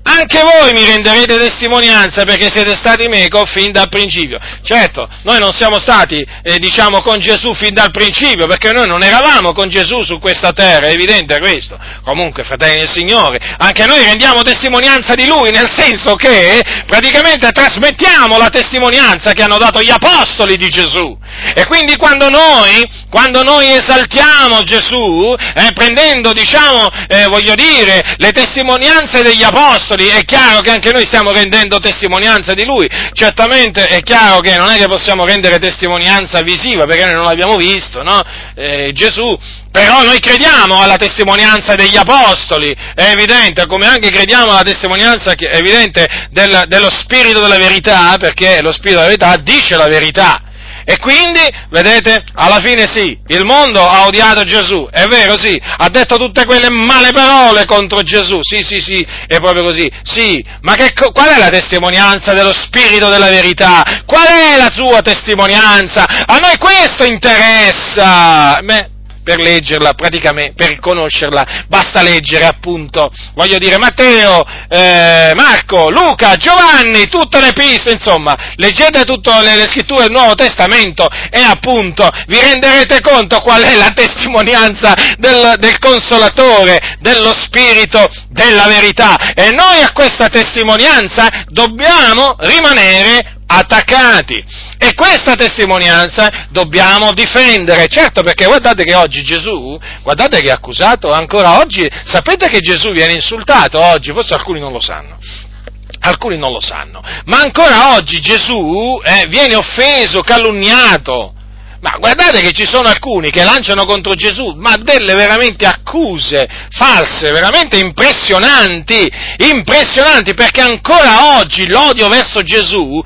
anche voi mi renderete testimonianza perché siete stati meco fin dal principio. Certo, noi non siamo stati, eh, diciamo, con Gesù fin dal principio, perché noi non eravamo con Gesù su questa terra, è evidente questo. Comunque, fratelli del Signore, anche noi rendiamo testimonianza di Lui, nel senso che praticamente trasmettiamo la testimonianza che hanno dato gli apostoli di Gesù. E quindi quando noi, quando noi esaltiamo Gesù, eh, prendendo, diciamo, eh, voglio dire, le testimonianze degli apostoli, è chiaro che anche noi stiamo rendendo testimonianza di Lui. Certamente è chiaro che non è che possiamo rendere testimonianza visiva, perché noi non l'abbiamo visto, no? Eh, Gesù, però noi crediamo alla testimonianza degli apostoli, è evidente, come anche crediamo alla testimonianza, è evidente, del, dello Spirito della verità, perché lo Spirito della verità dice la verità. E quindi, vedete, alla fine sì, il mondo ha odiato Gesù, è vero, sì, ha detto tutte quelle male parole contro Gesù, sì, sì, sì, è proprio così, sì, ma che, qual è la testimonianza dello Spirito della verità? Qual è la sua testimonianza? A noi questo interessa! Beh, per leggerla, praticamente, per conoscerla, basta leggere appunto, voglio dire, Matteo, eh, Marco, Luca, Giovanni, tutte le epistole, insomma, leggete tutte le, le scritture del Nuovo Testamento e appunto vi renderete conto qual è la testimonianza del, del Consolatore, dello Spirito della verità, e noi a questa testimonianza dobbiamo rimanere attaccati, e questa testimonianza dobbiamo difendere, certo, perché guardate che oggi Gesù, guardate che è accusato ancora oggi, sapete che Gesù viene insultato oggi, forse alcuni non lo sanno, alcuni non lo sanno, ma ancora oggi Gesù eh, viene offeso, calunniato. Ma guardate che ci sono alcuni che lanciano contro Gesù, ma delle veramente accuse false, veramente impressionanti, impressionanti, perché ancora oggi l'odio verso Gesù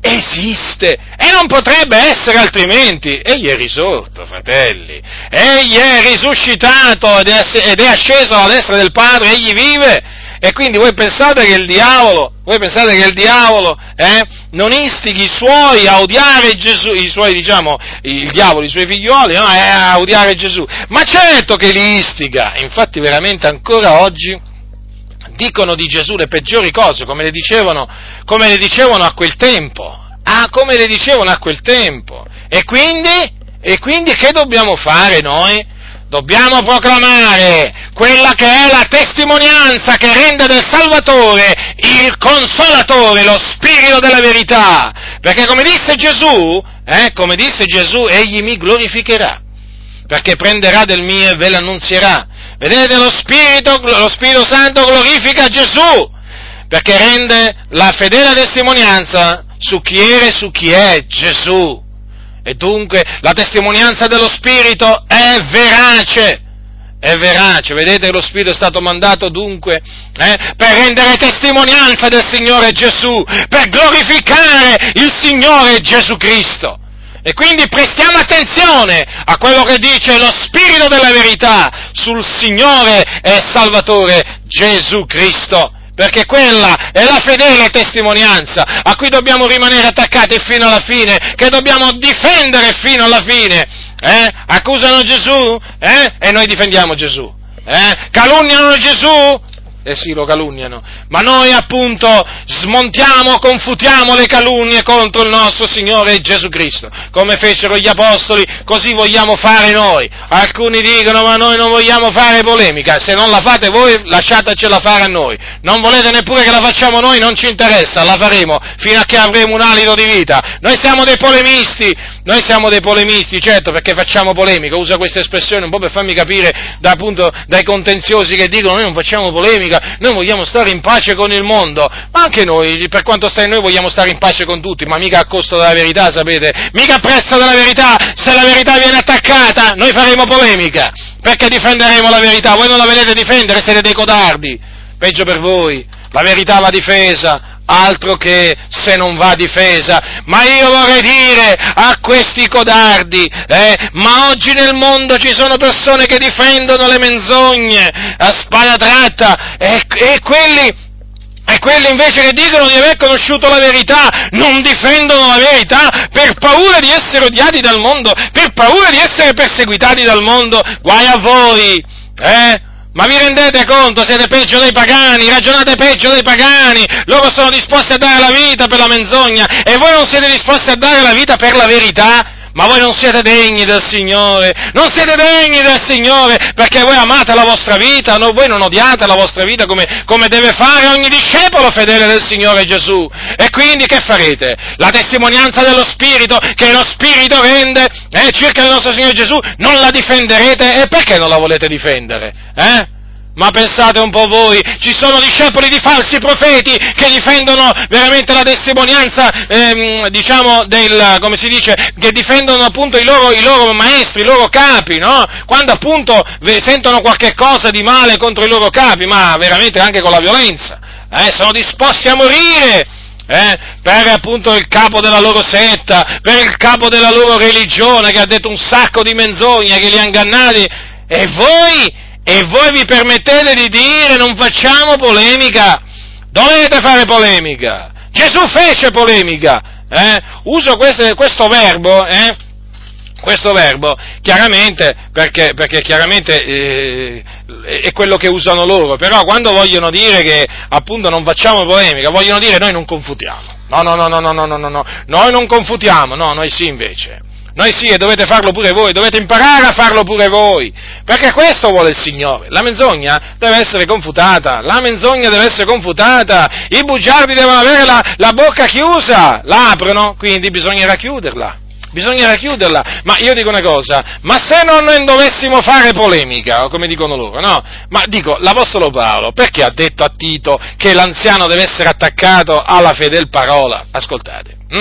esiste e non potrebbe essere altrimenti. Egli è risorto, fratelli, egli è risuscitato ed è, ed è asceso alla destra del Padre, egli vive. E quindi voi pensate che il diavolo, voi pensate che il diavolo eh, non istighi i suoi a odiare Gesù, i suoi, diciamo, il diavolo, i suoi figlioli, no, eh, a odiare Gesù? Ma certo che li istiga, infatti veramente ancora oggi dicono di Gesù le peggiori cose, come le dicevano, come le dicevano a quel tempo, ah, come le dicevano a quel tempo, e quindi, e quindi che dobbiamo fare noi? Dobbiamo proclamare quella che è la testimonianza che rende del Salvatore il Consolatore, lo Spirito della verità, perché come disse Gesù, eh, come disse Gesù, egli mi glorificherà, perché prenderà del mio e ve l'annunzierà. Vedete, lo Spirito, lo Spirito Santo glorifica Gesù, perché rende la fedele testimonianza su chi era e su chi è Gesù. E dunque la testimonianza dello Spirito è verace, è verace, vedete, lo Spirito è stato mandato dunque eh, per rendere testimonianza del Signore Gesù, per glorificare il Signore Gesù Cristo. E quindi prestiamo attenzione a quello che dice lo Spirito della verità sul Signore e Salvatore Gesù Cristo, perché quella è la fedele testimonianza a cui dobbiamo rimanere attaccati fino alla fine, che dobbiamo difendere fino alla fine. Eh? Accusano Gesù? Eh? E noi difendiamo Gesù. Eh? Calunniano Gesù? Eh sì, lo calunniano, ma noi appunto smontiamo, confutiamo le calunnie contro il nostro Signore Gesù Cristo, come fecero gli Apostoli, così vogliamo fare noi. Alcuni dicono, ma noi non vogliamo fare polemica, se non la fate voi lasciatecela fare a noi, non volete neppure che la facciamo noi, non ci interessa, la faremo fino a che avremo un alito di vita. Noi siamo dei polemisti, noi siamo dei polemisti, certo, perché facciamo polemica, uso questa espressione un po' per farmi capire da, appunto dai contenziosi che dicono noi non facciamo polemica, noi vogliamo stare in pace con il mondo, ma anche noi, per quanto sta in noi, vogliamo stare in pace con tutti, ma mica a costo della verità, sapete, mica a prezzo della verità. Se la verità viene attaccata, noi faremo polemica, perché difenderemo la verità. Voi non la vedete difendere, siete dei codardi, peggio per voi, la verità va difesa, altro che se non va difesa. Ma io vorrei dire a questi codardi, eh, ma oggi nel mondo ci sono persone che difendono le menzogne a spada tratta, e, e quelli E quelli invece che dicono di aver conosciuto la verità non difendono la verità per paura di essere odiati dal mondo, per paura di essere perseguitati dal mondo. Guai a voi, eh? Ma vi rendete conto? Siete peggio dei pagani, ragionate peggio dei pagani, loro sono disposti a dare la vita per la menzogna e voi non siete disposti a dare la vita per la verità? Ma voi non siete degni del Signore, non siete degni del Signore, perché voi amate la vostra vita, no, voi non odiate la vostra vita come, come deve fare ogni discepolo fedele del Signore Gesù. E quindi che farete? La testimonianza dello Spirito, che lo Spirito rende, eh, circa il nostro Signore Gesù, non la difenderete? E perché non la volete difendere? Eh? Ma pensate un po' voi, ci sono discepoli di falsi profeti che difendono veramente la testimonianza, ehm, diciamo, del, come si dice, che difendono appunto i loro, i loro maestri, i loro capi, no? Quando appunto sentono qualche cosa di male contro i loro capi, ma veramente anche con la violenza, eh, sono disposti a morire, eh, per appunto il capo della loro setta, per il capo della loro religione che ha detto un sacco di menzogne, che li ha ingannati, e voi... E voi vi permettete di dire non facciamo polemica? Dovete fare polemica! Gesù fece polemica! Eh? Uso questo, questo verbo, eh? Questo verbo, chiaramente, perché, perché chiaramente eh, è quello che usano loro, però quando vogliono dire che appunto non facciamo polemica, vogliono dire noi non confutiamo. No, no, no, no, no, no, no, no, noi non confutiamo, no, noi sì invece. Noi sì, e dovete farlo pure voi, dovete imparare a farlo pure voi, perché questo vuole il Signore. La menzogna deve essere confutata, la menzogna deve essere confutata, i bugiardi devono avere la, la bocca chiusa, la aprono, quindi bisognerà chiuderla, bisognerà chiuderla. Ma io dico una cosa, ma se non dovessimo fare polemica, come dicono loro, no? Ma dico, l'Apostolo Paolo, perché ha detto a Tito che l'anziano deve essere attaccato alla fedel parola? Ascoltate, hm?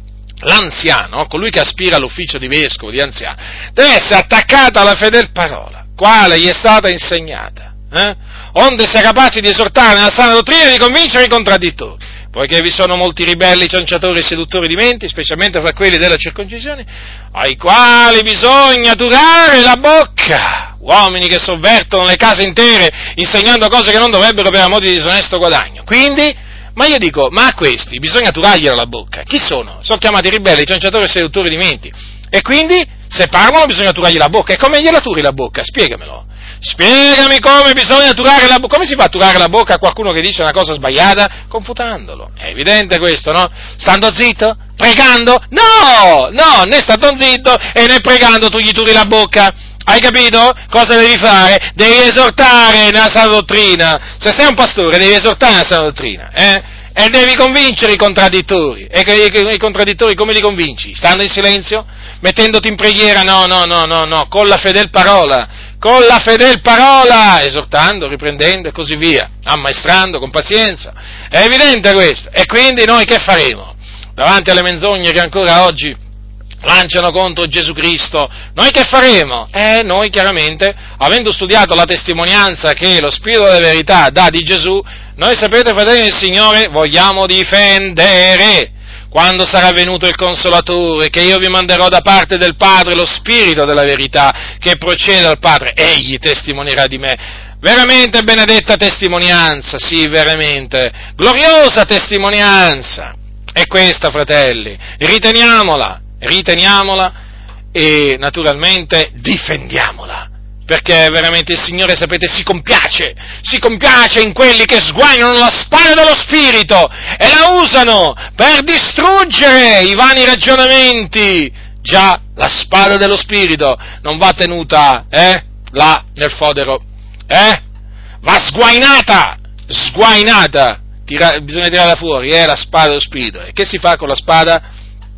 L'anziano, colui che aspira all'ufficio di vescovo, di anziano, deve essere attaccato alla fedel parola, quale gli è stata insegnata, eh? Onde sia capace di esortare nella sana dottrina e di convincere i contraddittori, poiché vi sono molti ribelli, cianciatori e seduttori di menti, specialmente fra quelli della circoncisione, ai quali bisogna turare la bocca, uomini che sovvertono le case intere, insegnando cose che non dovrebbero per amore di disonesto guadagno. Quindi, ma io dico, ma a questi bisogna turargliela la bocca. Chi sono? Sono chiamati ribelli, cianciatori e seduttori di menti. E quindi, se parlano, bisogna turargli la bocca. E come gliela turi la bocca? Spiegamelo. Spiegami come bisogna turare la bocca. Come si fa a turare la bocca a qualcuno che dice una cosa sbagliata? Confutandolo. È evidente questo, no? Stando zitto? Pregando? No! No, né stando zitto e né pregando tu gli turi la bocca. Hai capito? Cosa devi fare? Devi esortare nella sana dottrina. Se sei un pastore devi esortare nella sana dottrina, eh? E devi convincere i contraddittori. E i, i contraddittori come li convinci? Stando in silenzio? Mettendoti in preghiera? No, no, no, no, no, con la fedel parola. Con la fedel parola, esortando, riprendendo e così via, ammaestrando con pazienza. È evidente questo. E quindi noi che faremo? Davanti alle menzogne che ancora oggi lanciano contro Gesù Cristo, noi che faremo? Eh, noi chiaramente, avendo studiato la testimonianza che lo Spirito della verità dà di Gesù, noi sapete, fratelli del Signore, vogliamo difendere, quando sarà venuto il Consolatore, che io vi manderò da parte del Padre, lo Spirito della verità, che procede dal Padre, egli testimonierà di me. Veramente benedetta testimonianza, sì, veramente, gloriosa testimonianza. È questa, fratelli, riteniamola, riteniamola e naturalmente difendiamola, perché veramente il Signore, sapete, si compiace, si compiace in quelli che sguagliano la spada dello Spirito e la usano per distruggere i vani ragionamenti. Già, la spada dello Spirito non va tenuta, eh, là nel fodero, eh, va sguainata, sguainata, Tira, bisogna tirarla fuori, eh, la spada dello Spirito. E che si fa con la spada?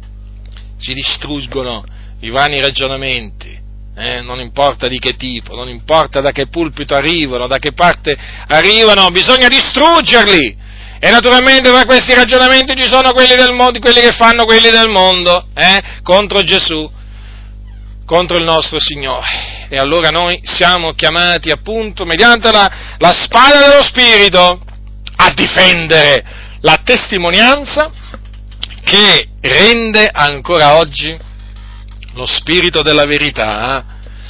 Si distruggono i vani ragionamenti, eh, non importa di che tipo, non importa da che pulpito arrivano, da che parte arrivano, bisogna distruggerli. E naturalmente tra questi ragionamenti ci sono quelli del mondo, quelli che fanno quelli del mondo, eh, contro Gesù, contro il nostro Signore. E allora noi siamo chiamati appunto, mediante la, la spada dello Spirito, a difendere la testimonianza che rende ancora oggi lo Spirito della verità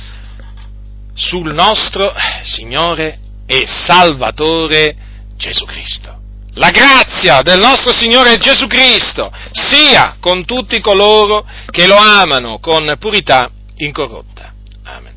sul nostro Signore e Salvatore Gesù Cristo. La grazia del nostro Signore Gesù Cristo sia con tutti coloro che lo amano con purità incorrotta. Amen.